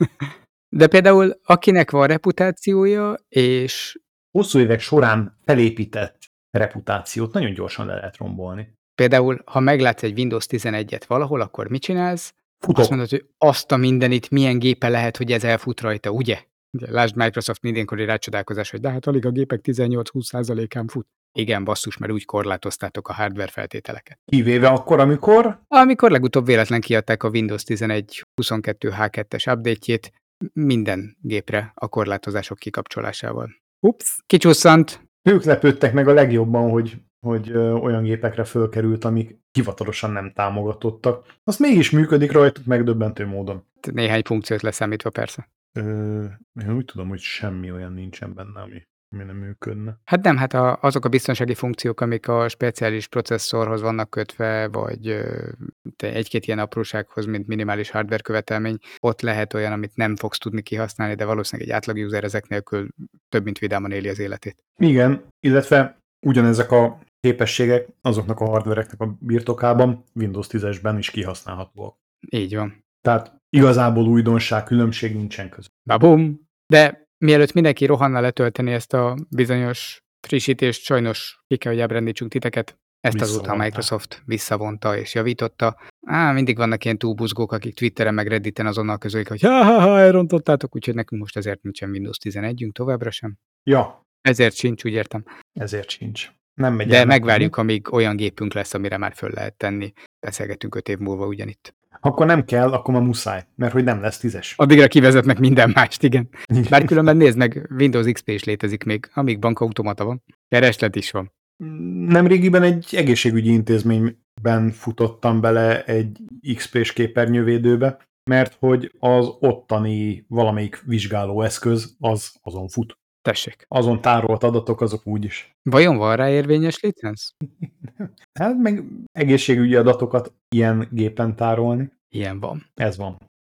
De például akinek van reputációja, és hosszú évek során felépített reputációt nagyon gyorsan le lehet rombolni. Például, ha meglátsz egy Windows tizenegyet valahol, akkor mit csinálsz? Futok. Azt mondod, hogy azt a mindenit, milyen gépe lehet, hogy ez elfut rajta, ugye? Ugye lásd Microsoft mindenkori rácsodálkozás, hogy de hát alig a gépek tizennyolc-húsz százalékán fut. Igen, basszus, mert úgy korlátoztátok a hardware feltételeket. Kivéve akkor, amikor? Amikor legutóbb véletlen kiadták a Windows tizenegy huszonkettő há kettes update-jét minden gépre a korlátozások kikapcsolásával. Ups, kicsusszant. Ők lepődtek meg a legjobban, hogy, hogy ö, olyan gépekre fölkerült, amik hivatalosan nem támogatottak. Azt mégis működik rajtuk megdöbbentő módon. Néhány funkciót leszámítva persze. Ö, én úgy tudom, hogy semmi olyan nincsen benne, ami, ami nem működne. Hát nem, hát a, azok a biztonsági funkciók, amik a speciális processzorhoz vannak kötve, vagy ö, egy-két ilyen aprósághoz, mint minimális hardware követelmény, ott lehet olyan, amit nem fogsz tudni kihasználni, de valószínűleg egy átlag user ezek nélkül több mint vidáman éli az életét. Igen, illetve ugyanezek a képességek azoknak a hardvereknek a birtokában Windows tízesben is kihasználhatóak. Így van. Tehát igazából újdonság, különbség nincsen között. Babum! De mielőtt mindenki rohanna letölteni ezt a bizonyos frissítést, sajnos ki kell, hogy ábrándítsunk titeket. Ezt azóta a Microsoft visszavonta és javította. Á, mindig vannak ilyen túlbuzgók, akik Twitteren meg Redditen azonnal közölik, hogy ha-ha-ha, elrontottátok, úgyhogy nekünk most ezért nincsen Windows tizenegyünk továbbra sem. Ja. Ezért sincs, úgy értem. Ezért sincs. Nem megy. De megvárjuk, amíg olyan gépünk lesz, amire már föl lehet tenni. Beszélgetünk öt év múlva ugyanitt. Akkor nem kell, akkor már muszáj, mert hogy nem lesz tízes. Addigra kivezetnek minden mást, igen. Bár különben nézd meg, Windows iksz pé is létezik még, amíg bankautomata van. Kereslet is van. Nemrégiben egy egészségügyi intézményben futottam bele egy iksz pés képernyővédőbe, mert hogy az ottani valamelyik vizsgálóeszköz az azon fut. Tessék. Azon tárolt adatok, azok úgyis. Vajon van rá érvényes licensz? Hát meg egészségügyi adatokat ilyen gépen tárolni. Ilyen van. Ez van.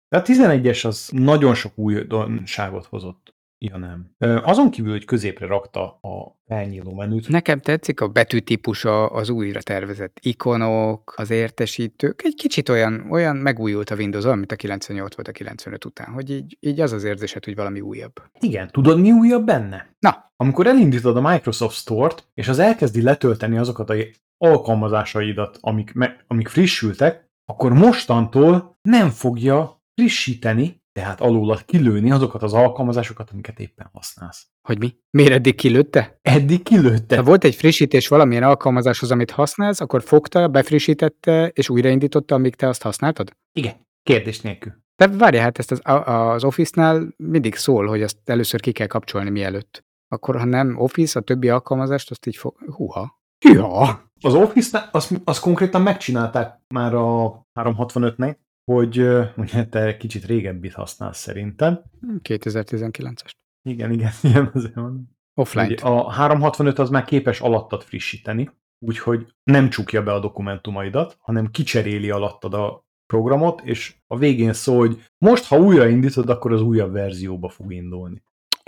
De a tizenegyes az nagyon sok újdonságot hozott. Ja nem. Ö, Azon kívül, hogy középre rakta a felnyíló menüt, Nekem tetszik a betűtípusa, az újra tervezett ikonok, az értesítők. Egy kicsit olyan, olyan megújult a Windows, olyan, mint a kilencvennyolc volt a kilencvenöt után, hogy így, így az az érzésed, hogy valami újabb. igen, tudod mi újabb benne? Na, Amikor elindítod a Microsoft Store-t, és az elkezdi letölteni azokat a alkalmazásaidat, amik, me, amik frissültek, akkor mostantól nem fogja frissíteni, tehát alólad kilőni azokat az alkalmazásokat, amiket éppen használsz. hogy mi? Miért eddig kilőtte? Eddig kilőtte. Ha volt egy frissítés valamilyen alkalmazáshoz, amit használsz, akkor fogta, befrissítette, és újraindította, amíg te azt használtad? Igen, kérdés nélkül. De várj, hát ezt az, az Office-nál mindig szól, hogy azt először ki kell kapcsolni mielőtt. Akkor, ha nem Office, a többi alkalmazást, azt így fog... Húha. Hűha. Az Office-nál azt, azt konkrétan megcsinálták már a háromszázhatvanötnél, hogy ö, ugye te kicsit régebbit használsz szerintem. kétezer-tizenkilences. Igen, igen, igen, azért mondom. Offline. Ugye a háromszázhatvanöt az már képes alattad frissíteni, úgyhogy nem csukja be a dokumentumaidat, hanem kicseréli alattad a programot, és a végén szól, hogy most, ha újraindítod, akkor az újabb verzióba fog indulni.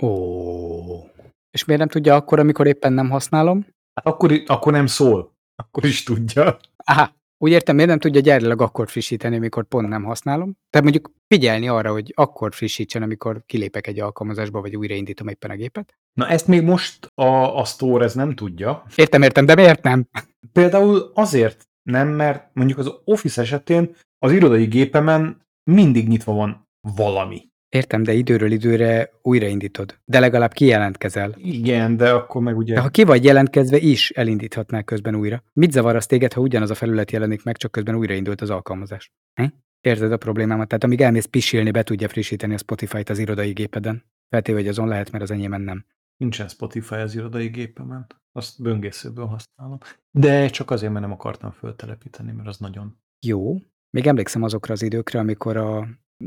Ó. És miért nem tudja akkor, amikor éppen nem használom? Hát akkor, akkor nem szól, akkor is tudja. Aha. Úgy értem, miért nem tudja gyárilag akkor frissíteni, amikor pont nem használom? Tehát mondjuk figyelni arra, hogy akkor frissítsen, amikor kilépek egy alkalmazásba, vagy újraindítom éppen a gépet? Na ezt még most a, a Store ez nem tudja. Értem, értem, de miért nem? Például azért nem, mert mondjuk az Office esetén az irodai gépemen mindig nyitva van valami. Értem, de időről időre újraindítod. De legalább kijelentkezel. Igen, de akkor meg ugye... De ha ki vagy jelentkezve is, elindíthatnál közben újra. Mit zavar az téged, ha ugyanaz a felület jelenik meg, csak közben újraindult az alkalmazás? Hm? Érzed a problémámat? Tehát amíg elmész pisilni, be tudja frissíteni a Spotify-t az irodai gépeden. Feltéve, hogy azon lehet, mert az enyémen nem. Nincsen Spotify az irodai gépemen. Azt böngészőből használom. De csak azért, mert nem akartam föltelepíteni, mert az nagyon... Jó. Még emlékszem azokra az időkre, amikor a,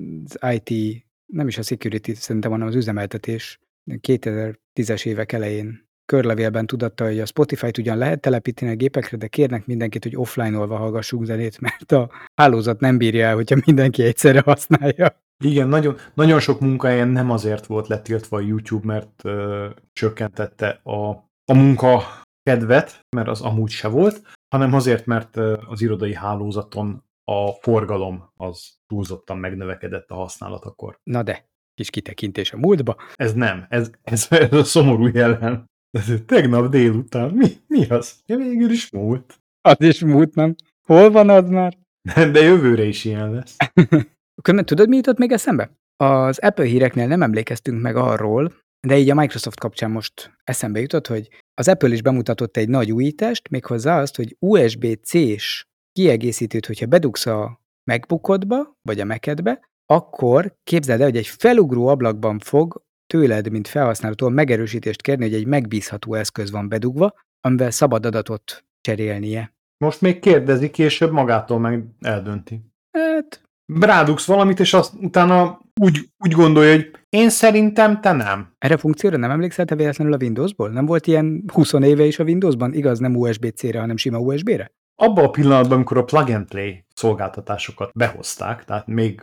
az i té, nem is a security szerintem, hanem az üzemeltetés kétezer-tízes évek elején körlevélben tudatta, hogy a Spotify-t ugyan lehet telepíteni a gépekre, de kérnek mindenkit, hogy offline-olva hallgassunk zenét, mert a hálózat nem bírja el, hogyha mindenki egyszerre használja. Igen, nagyon, nagyon sok munkahelyen nem azért volt letiltva a YouTube, mert ö, csökkentette a, a munka kedvet, mert az amúgy se volt, hanem azért, mert ö, az irodai hálózaton a forgalom az túlzottan megnövekedett a használatakor. Na de, kis kitekintés a múltba. Ez nem, ez, ez, ez a szomorú jelen. Ez tegnap délután, mi, mi az? Ja, végül is múlt. Az is múlt, nem? Hol van az már? De jövőre is ilyen lesz. Különben tudod, mi jutott még eszembe? Az Apple híreknél nem emlékeztünk meg arról, de így a Microsoft kapcsán most eszembe jutott, hogy az Apple is bemutatott egy nagy újítást, méghozzá azt, hogy u es bé cés kiegészítőt, hogyha bedugsz a MacBookodba, vagy a Mac-edbe, akkor képzeld el, hogy egy felugró ablakban fog tőled, mint felhasználótól megerősítést kérni, hogy egy megbízható eszköz van bedugva, amivel szabad adatot cserélnie. Most még kérdezi, később magától meg eldönti. Hát, Rádugsz valamit, és azt utána úgy, úgy gondolja, hogy én szerintem te nem. erre a funkcióra nem emlékszel te véletlenül a Windowsból? Nem volt ilyen húsz éve is a Windowsban? Igaz, nem u es bé cére, hanem sima u es bé-re? Abban a pillanatban, amikor a plug and play szolgáltatásokat behozták, tehát még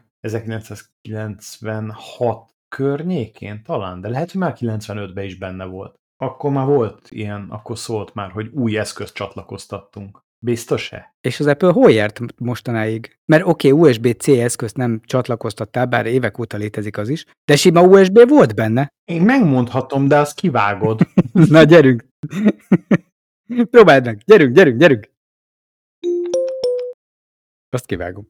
ezerkilencszázkilencvenhat környékén talán, de lehet, hogy már kilencvenötben is benne volt. Akkor már volt ilyen, akkor szólt már, hogy új eszközt csatlakoztattunk. Biztos-e? És az Apple hol járt mostanáig? Mert oké, okay, u es bé cé eszközt nem csatlakoztattál, bár évek óta létezik az is, de sima u es bé volt benne. Én megmondhatom, de azt kivágod. Na, gyerünk! Próbáld meg! Gyerünk, gyerünk, gyerünk! Azt kivágom.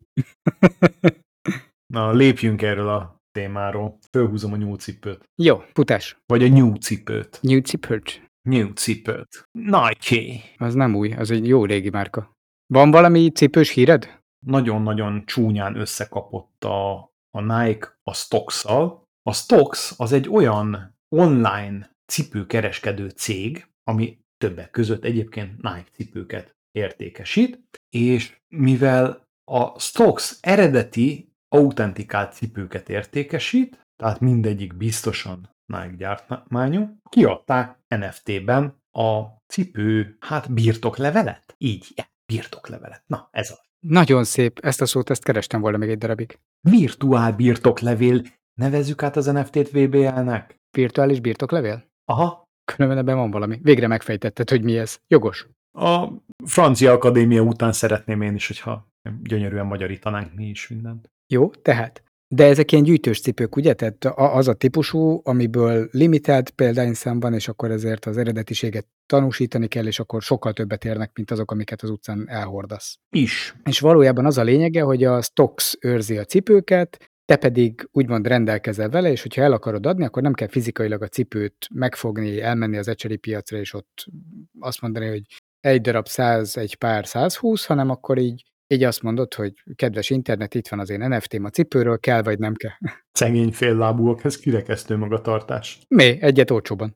Na, lépjünk erről a témáról. Fölhúzom a nyúlcipőt. Jó, futás. Vagy a nyúlcipőt. New Cipőt. Nyúlcipőt. Nike. Az nem új, az egy jó régi márka. Van valami cipős híred? Nagyon-nagyon csúnyán összekapott a, a Nike a Stocks-szal. A Stocks az egy olyan online cipőkereskedő cég, ami többek között egyébként Nike cipőket értékesít, és mivel a Stocks eredeti autentikált cipőket értékesít, tehát mindegyik biztosan Nike gyártmányú, kiadták en ef té-ben a cipő, hát birtoklevelet? Így, ja, birtoklevelet. Na, ez az. Nagyon szép, ezt a szót, ezt kerestem volna még egy darabig. Virtuál birtoklevél. Nevezzük át az en ef té-t vé bé el-nek? Virtuális birtoklevél? Aha. Különben ebben van valami. Végre megfejtetted, hogy mi ez. Jogos. A francia akadémia után szeretném én is, hogyha gyönyörűen magyarítanánk mi is mindent. Jó, tehát. De ezek ilyen gyűjtős cipők, ugye? Tehát az a típusú, amiből limitált példányszám van, és akkor ezért az eredetiséget tanúsítani kell, és akkor sokkal többet érnek, mint azok, amiket az utcán elhordasz. Is. És valójában az a lényege, hogy a Stocks őrzi a cipőket, te pedig úgymond rendelkezel vele, és hogyha el akarod adni, akkor nem kell fizikailag a cipőt megfogni, elmenni az ecseri piacra, és ott azt mondani, hogy egy darab száz, egy pár százhúsz, hanem akkor így, így azt mondod, hogy kedves internet, itt van az én en ef té-m a cipőről, kell vagy nem kell. Szegény féllábúak, ez kirekesztő magatartás. Mi? Egyet olcsóban.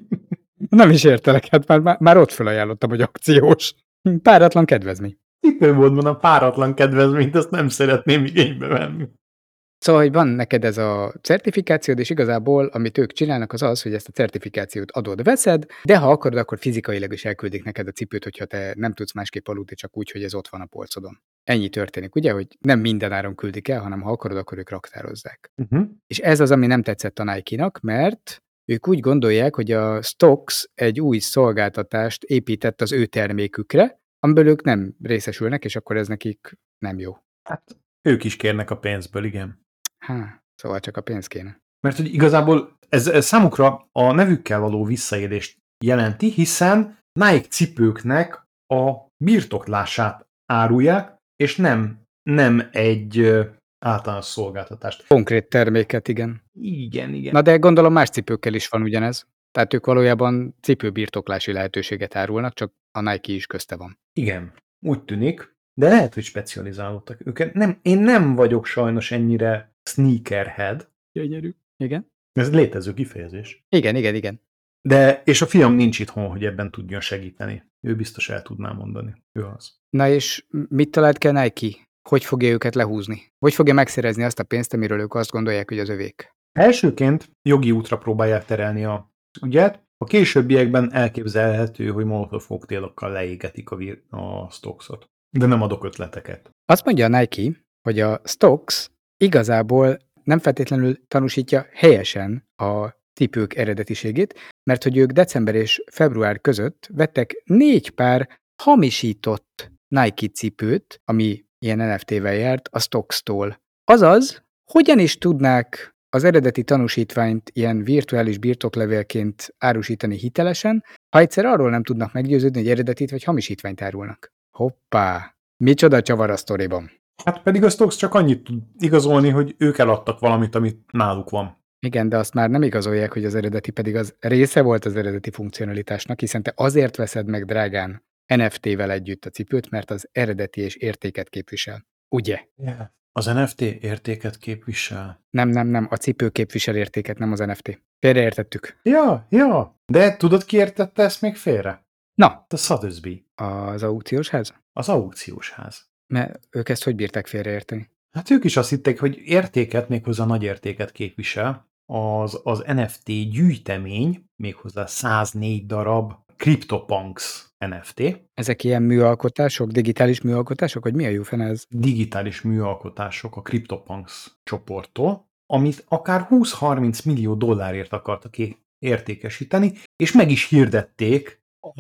Nem is értelek, hát már, már, már ott felajánlottam, hogy akciós. Páratlan kedvezmény. Cipőmódban a páratlan kedvezményt, azt nem szeretném igénybe venni. Szóval, hogy van neked ez a certifikációd, és igazából, amit ők csinálnak, az az, hogy ezt a certifikációt adod, veszed, de ha akarod, akkor fizikailag is elküldik neked a cipőt, hogyha te nem tudsz másképp aludni, csak úgy, hogy ez ott van a polcodon. Ennyi történik, ugye, hogy nem minden áron küldik el, hanem ha akarod, akkor ők raktározzák. Uh-huh. És ez az, ami nem tetszett a Nike-nak, mert ők úgy gondolják, hogy a Stocks egy új szolgáltatást épített az ő termékükre, amiből ők nem részesülnek, és akkor ez nekik nem jó. Hát ők is kérnek a pénzből, igen. Há, szóval csak a pénz kéne. Mert hogy igazából ez, ez számukra a nevükkel való visszaélést jelenti, hiszen Nike cipőknek a birtoklását árulják, és nem, nem egy ö, általános szolgáltatást. Konkrét terméket, igen. Igen, igen. Na de gondolom más cipőkkel is van ugyanez. Tehát ők valójában cipőbirtoklási lehetőséget árulnak, csak a Nike is közte van. Igen, úgy tűnik, de lehet, hogy specializálódtak. Őket nem, én nem vagyok sajnos ennyire sneakerhead. Gyönyörű. Igen? Ez létező kifejezés. Igen, igen, igen. De, és a fiam nincs itthon, hogy ebben tudjon segíteni. Ő biztos el tudná mondani. Ő az. Na és mit talált ki a Nike? Hogy fogja őket lehúzni? Hogy fogja megszerezni azt a pénzt, amiről ők azt gondolják, hogy az övék? Elsőként jogi útra próbálják terelni a ügyet. A későbbiekben elképzelhető, hogy molotov koktélokkal leégetik a, vir- a Stocksot. De nem adok ötleteket. Azt mondja a Nike, hogy a Stocks igazából nem feltétlenül tanúsítja helyesen a cipők eredetiségét, mert hogy ők december és február között vettek négy pár hamisított Nike cipőt, ami ilyen en ef té-vel járt, a Stocks-tól. Azaz, hogyan is tudnák az eredeti tanúsítványt ilyen virtuális birtoklevélként árusítani hitelesen, ha egyszer arról nem tudnak meggyőződni, hogy eredetit vagy hamisítványt árulnak. Hoppá! Micsoda csavar a sztoriban. Hát pedig a Stocks csak annyit tud igazolni, hogy ők eladtak valamit, amit náluk van. Igen, de azt már nem igazolják, hogy az eredeti pedig az része volt az eredeti funkcionalitásnak, hiszen te azért veszed meg drágán en ef té-vel együtt a cipőt, mert az eredeti és értéket képvisel. Ugye? Yeah. Az en ef té értéket képvisel. Nem, nem, nem, a cipő képvisel értéket, nem az en ef té. Félreértettük. Ja, ja. De tudod, ki értette ezt még félre? Na, A Sotheby's. az aukciós ház? Az aukciós ház. Mert ők ezt hogy bírták félreérteni? Hát ők is azt hitték, hogy értéket, méghozzá nagy értéket képvisel. Az, az en ef té gyűjtemény, méghozzá száznégy darab CryptoPunks en ef té. Ezek ilyen műalkotások, digitális műalkotások, vagy mi a jó fene ez? Digitális műalkotások a CryptoPunks csoporttól, amit akár húsz-harminc millió dollárért akartak értékesíteni, és meg is hirdették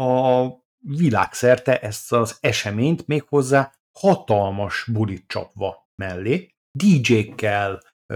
a világszerte ezt az eseményt, méghozzá hatalmas bulit csapva mellé, dé dzsékkel,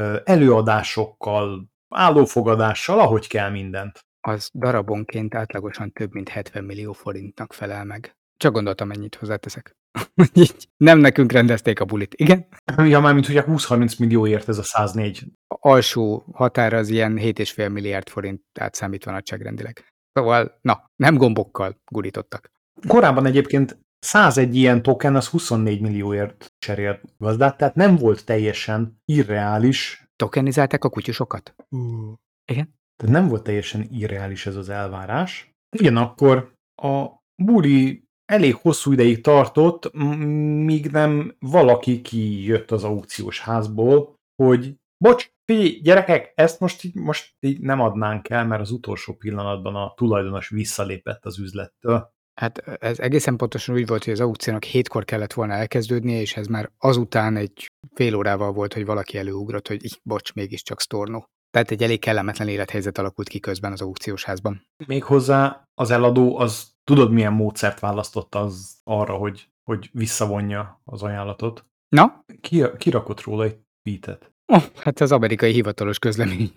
előadásokkal, állófogadással, ahogy kell mindent. Az darabonként átlagosan több mint hetven millió forintnak felel meg. Csak gondoltam, mennyit hozzáteszek. Így nem nekünk rendezték a bulit, igen? Ja, mármint, hogy a húsz-harminc millióért ez a száznégy. A alsó határa az ilyen hét egész öt milliárd forint átszámítva nagyságrendileg. Szóval, na, nem gombokkal gurítottak. Korábban egyébként százegy ilyen token az huszonnégy millióért cserélt gazdát, tehát nem volt teljesen irreális. Tokenizálták a kutyusokat? Uh. Igen? Tehát nem volt teljesen irreális ez az elvárás. Ugyanakkor a buli elég hosszú ideig tartott, míg nem valaki kijött az aukciós házból, hogy bocs, figyelj, gyerekek, ezt most így, most így nem adnánk el, mert az utolsó pillanatban a tulajdonos visszalépett az üzlettől. Hát ez egészen pontosan úgy volt, hogy az aukciónak hétkor kellett volna elkezdődnie, és ez már azután egy fél órával volt, hogy valaki előugrott, hogy így, bocs, mégiscsak sztornó. Tehát egy elég kellemetlen élethelyzet alakult ki közben az aukciós házban. Méghozzá az eladó, az tudod milyen módszert választott az arra, hogy, hogy visszavonja az ajánlatot? Na? Ki, kirakott róla egy tweetet. Oh, hát az amerikai hivatalos közlemény.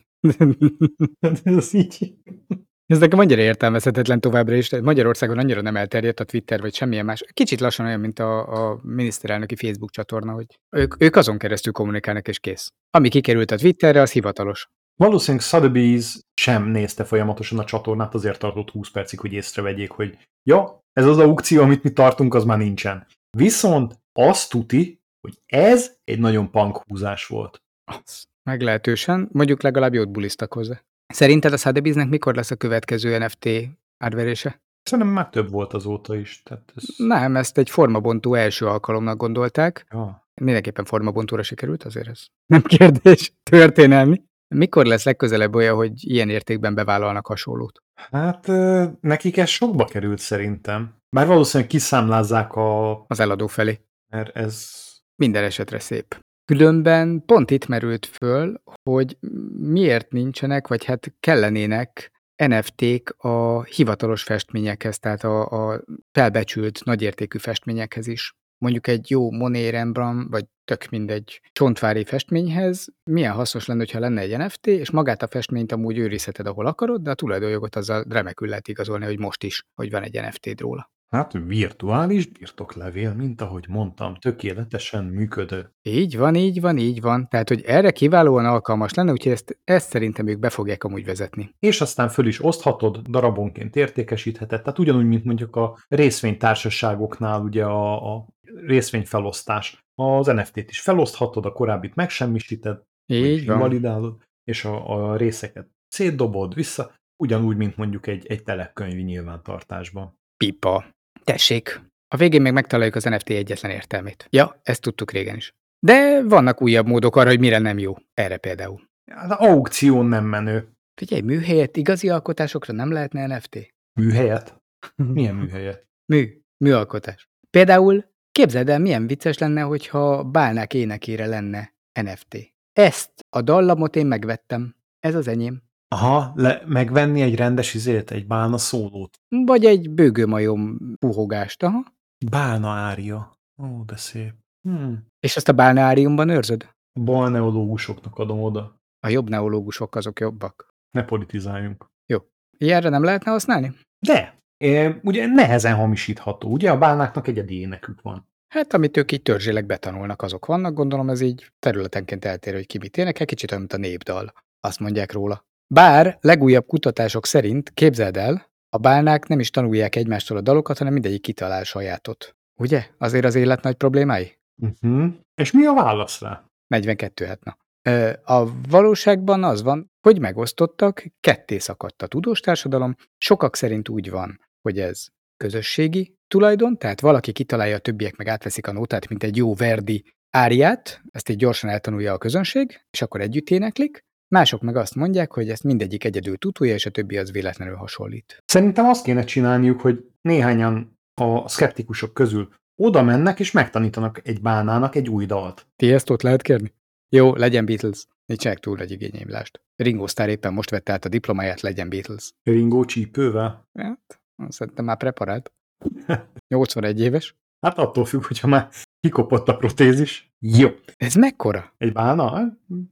Ez így... Ez nekem annyira értelmezhetetlen továbbra is. Magyarországon annyira nem elterjedt a Twitter, vagy semmilyen más. Kicsit lassan olyan, mint a, a miniszterelnöki Facebook csatorna, hogy ők, ők azon keresztül kommunikálnak, és kész. Ami kikerült a Twitterre, az hivatalos. Valószínűleg Sotheby's sem nézte folyamatosan a csatornát, azért tartott húsz percig, hogy észrevegyék, hogy ja, ez az aukció, amit mi tartunk, az már nincsen. Viszont azt tuti, hogy ez egy nagyon punk húzás volt. Az meglehetősen, mondjuk legalább jót bulisztak hozzá. Szerinted a Sotheby'snek mikor lesz a következő en ef té árverése? Szerintem már több volt azóta is. Tehát ez... Nem, ezt egy formabontó első alkalomnak gondolták. Ja. Mindenképpen formabontóra sikerült, azért ez nem kérdés, történelmi. Mikor lesz legközelebb olyan, hogy ilyen értékben bevállalnak hasonlót? Hát nekik ez sokba került szerintem. Már valószínűleg kiszámlázzák a... Az eladó felé. Mert ez... Minden esetre szép. Különben pont itt merült föl, hogy miért nincsenek, vagy hát kellenének en ef té-k a hivatalos festményekhez, tehát a, a felbecsült, nagyértékű festményekhez is. Mondjuk egy jó Monet, Rembrandt, vagy tök mindegy csontvári festményhez milyen hasznos lenne, ha lenne egy en ef té, és magát a festményt amúgy őrizheted, ahol akarod, de a tulajdonjogot azzal remekül lehet igazolni, hogy most is, hogy van egy en ef té-d róla. Hát virtuális birtoklevél, mint ahogy mondtam, tökéletesen működő. Így van, így van, így van. Tehát, hogy erre kiválóan alkalmas lenne, úgyhogy ezt, ezt szerintem ők be fogják amúgy vezetni. És aztán föl is oszthatod, darabonként értékesítheted, tehát ugyanúgy, mint mondjuk a részvénytársaságoknál ugye a, a részvényfelosztás. Az en ef té-t is feloszthatod, a korábbit megsemmisíted, Így van. validálod, és a, a részeket szétdobod vissza, ugyanúgy, mint mondjuk egy, egy telekkönyvi nyilvántartásban. Pipa. Tessék. A végén még megtaláljuk az en ef té egyetlen értelmét. Ja, ezt tudtuk régen is. De vannak újabb módok arra, hogy mire nem jó. Erre például. Az aukción nem menő. Figyelj, műhelyet, igazi alkotásokra nem lehetne en ef té? Műhelyet? Milyen műhelyet? Mű. Műalkotás. Például képzeld el, milyen vicces lenne, hogyha Bálnák énekére lenne en ef té. Ezt a dallamot én megvettem. Ez az enyém. Aha, le, megvenni egy rendes izét, egy bálna szólót. Vagy egy bőgőmajom puhogást, aha. Bálna ária. Ó, de szép. Hmm. És azt a bálneáriumban őrzöd? A balneológusoknak adom oda. A jobb neológusok azok jobbak. Ne politizáljunk. Jó. Ilyenre nem lehetne használni? De, e, ugye nehezen hamisítható. Ugye a bálnáknak egyedi énekük van. Hát, amit ők így törzsileg betanulnak, azok vannak, gondolom ez így területenként eltérő, hogy ki mit énekel, kicsit olyan, mint a népdal. Azt mondják róla. Bár legújabb kutatások szerint, képzeld el, a bálnák nem is tanulják egymástól a dalokat, hanem mindegyik kitalál sajátot. Ugye? Azért az élet nagy problémái? Uh-huh. És mi a válasz rá? negyvenkettő, hát na. A valóságban az van, hogy megosztottak, ketté szakadt a tudós társadalom, sokak szerint úgy van, hogy ez közösségi tulajdon, tehát valaki kitalálja, a többiek meg átveszik a nótát, mint egy jó Verdi áriát, ezt így gyorsan eltanulja a közönség, és akkor együtt éneklik, mások meg azt mondják, hogy ezt mindegyik egyedül tudja, és a többi az véletlenül hasonlít. Szerintem azt kéne csinálniuk, hogy néhányan a szkeptikusok közül oda mennek, és megtanítanak egy bálnának egy új dalt. Ti ezt ott lehet kérni? Jó, legyen Beatles. Nincsenek túl nagy igényeimlást. Ringo Starr éppen most vette át a diplomáját, legyen Beatles. Ringo csípővel? Hát, szerintem már preparált. nyolcvanegy éves. Hát attól függ, hogyha már kikopott a protézis. Jó. Ez mekkora? Egy bálna?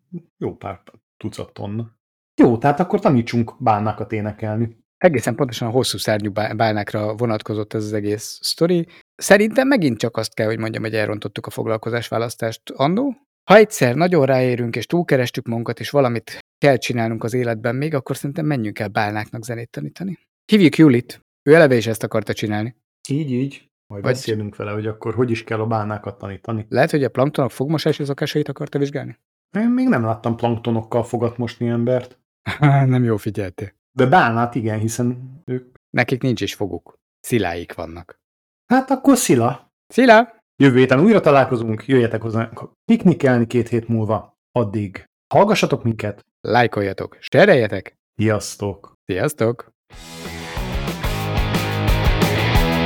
Jó pár tucat tonna. Jó, tehát akkor tanítsunk bálnákat énekelni. Egészen pontosan a hosszú szárnyú bálnákra vonatkozott ez az egész sztori. Szerintem megint csak azt kell, hogy mondjam, hogy elrontottuk a foglalkozásválasztást annó. Ha egyszer nagyon ráérünk, és túlkerestük magunkat, és valamit kell csinálnunk az életben még, akkor szerintem menjünk el bálnáknak zenét tanítani. Hívjuk Julit. Ő eleve is ezt akarta csinálni. Így, így. Majd Vagy... beszélünk vele, hogy akkor hogy is kell a bálnákat tanítani. Lehet, hogy a planktonok fogmosási szokásait akarta vizsgálni? Én még nem láttam planktonokkal fogat mosni embert. Nem jó figyeltél. De bálnát igen, hiszen ők... Nekik nincs is foguk. Sziláik vannak. Hát akkor szila. Szila! Jövő héten újra találkozunk, jöjjetek hozzánk piknikelni két hét múlva. Addig hallgassatok minket. Lájkoljatok, sereljetek. Sziasztok! Sziasztok!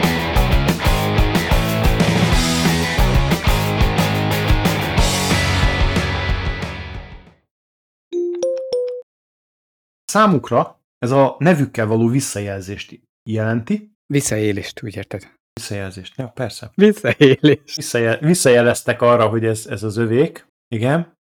Számukra ez a nevükkel való visszajelzést jelenti. Visszaélést, úgy érted? Visszajelzést, ja, persze. Visszaélést. Visszajel, visszajeleztek arra, hogy ez, ez az övék, igen.